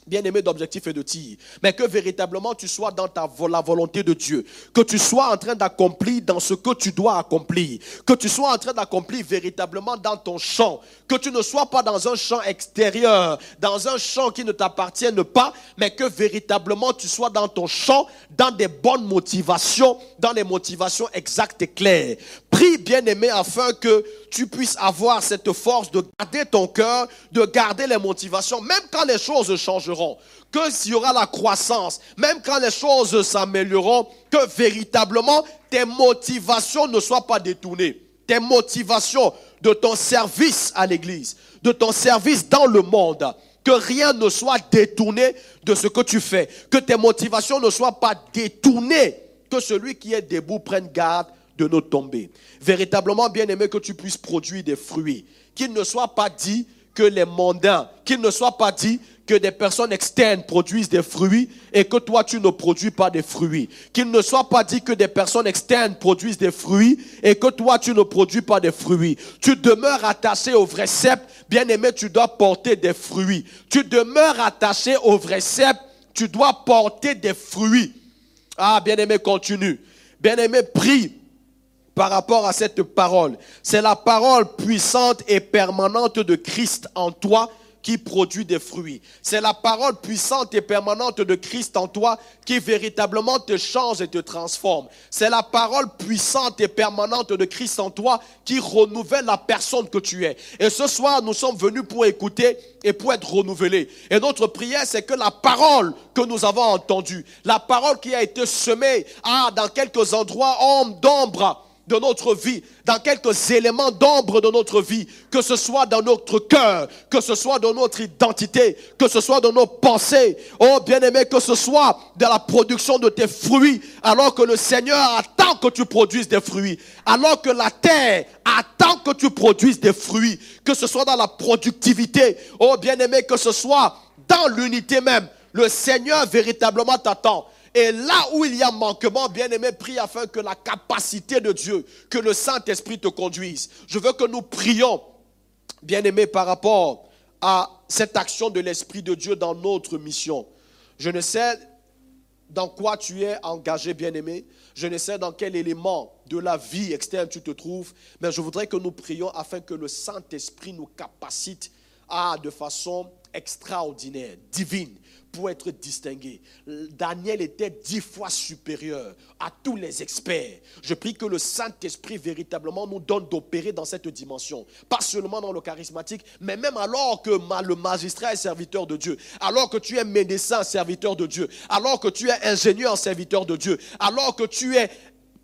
bien-aimé, d'objectif et de tir, mais que véritablement tu sois dans ta, la volonté de Dieu, que tu sois en train d'accomplir dans ce que tu dois accomplir, que tu sois en train d'accomplir véritablement dans ton champ, que tu ne sois pas dans un champ extérieur, dans un champ qui ne t'appartienne pas, mais que véritablement tu sois dans ton champ, dans des bonnes motivations, dans les motivations exactes et claires. Prie, bien-aimé, afin que tu puisses avoir cette force de garder ton cœur, de garder les motivations, même quand les choses changeront, que s'il y aura la croissance, même quand les choses s'amélioreront, que véritablement tes motivations ne soient pas détournées. Tes motivations de ton service à l'église, de ton service dans le monde, que rien ne soit détourné de ce que tu fais, que tes motivations ne soient pas détournées, que celui qui est debout prenne garde de nos tombées. Véritablement, bien-aimé, que tu puisses produire des fruits. Qu'il ne soit pas dit que les mondains, qu'il ne soit pas dit que des personnes externes produisent des fruits et que toi, tu ne produis pas des fruits. Qu'il ne soit pas dit que des personnes externes produisent des fruits et que toi, tu ne produis pas des fruits. Tu demeures attaché au vrai cep, bien-aimé, tu dois porter des fruits. Tu demeures attaché au vrai cep, tu dois porter des fruits. Ah, bien-aimé, continue. Bien-aimé, prie par rapport à cette parole. C'est la parole puissante et permanente de Christ en toi qui produit des fruits. C'est la parole puissante et permanente de Christ en toi qui véritablement te change et te transforme. C'est la parole puissante et permanente de Christ en toi qui renouvelle la personne que tu es. Et ce soir, nous sommes venus pour écouter et pour être renouvelés. Et notre prière, c'est que la parole que nous avons entendue, la parole qui a été semée ah, dans quelques endroits d'ombre de notre vie, dans quelques éléments d'ombre de notre vie, que ce soit dans notre cœur, que ce soit dans notre identité, que ce soit dans nos pensées, oh bien-aimé, que ce soit dans la production de tes fruits, alors que le Seigneur attend que tu produises des fruits, alors que la terre attend que tu produises des fruits, que ce soit dans la productivité, oh bien-aimé, que ce soit dans l'unité même, le Seigneur véritablement t'attend. Et là où il y a manquement, bien-aimé, prie afin que la capacité de Dieu, que le Saint-Esprit te conduise. Je veux que nous prions, bien-aimé, par rapport à cette action de l'Esprit de Dieu dans notre mission. Je ne sais dans quoi tu es engagé, bien-aimé. Je ne sais dans quel élément de la vie externe tu te trouves. Mais je voudrais que nous prions afin que le Saint-Esprit nous capacite à, de façon extraordinaire, divine, pour être distingué. Daniel était dix fois supérieur à tous les experts. Je prie que le Saint-Esprit véritablement nous donne d'opérer dans cette dimension. Pas seulement dans le charismatique, mais même alors que le magistrat est serviteur de Dieu, alors que tu es médecin serviteur de Dieu, alors que tu es ingénieur serviteur de Dieu, alors que tu es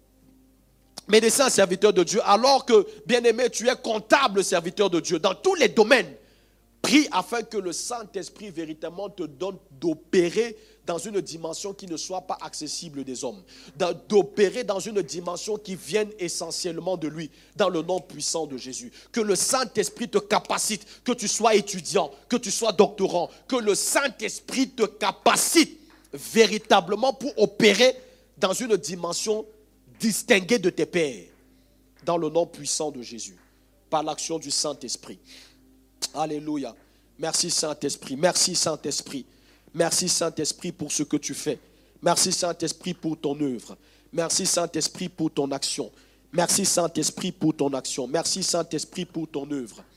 médecin serviteur de Dieu, alors que, bien-aimé, tu es comptable serviteur de Dieu. Dans tous les domaines, prie afin que le Saint-Esprit véritablement te donne d'opérer dans une dimension qui ne soit pas accessible des hommes. D'opérer dans une dimension qui vienne essentiellement de lui, dans le nom puissant de Jésus. Que le Saint-Esprit te capacite, que tu sois étudiant, que tu sois doctorant, que le Saint-Esprit te capacite véritablement pour opérer dans une dimension distinguée de tes pairs. Dans le nom puissant de Jésus, par l'action du Saint-Esprit. Alléluia. Merci Saint-Esprit. Merci Saint-Esprit. Merci Saint-Esprit pour ce que tu fais. Merci Saint-Esprit pour ton œuvre. Merci Saint-Esprit pour ton action. Merci Saint-Esprit pour ton action. Merci Saint-Esprit pour ton œuvre.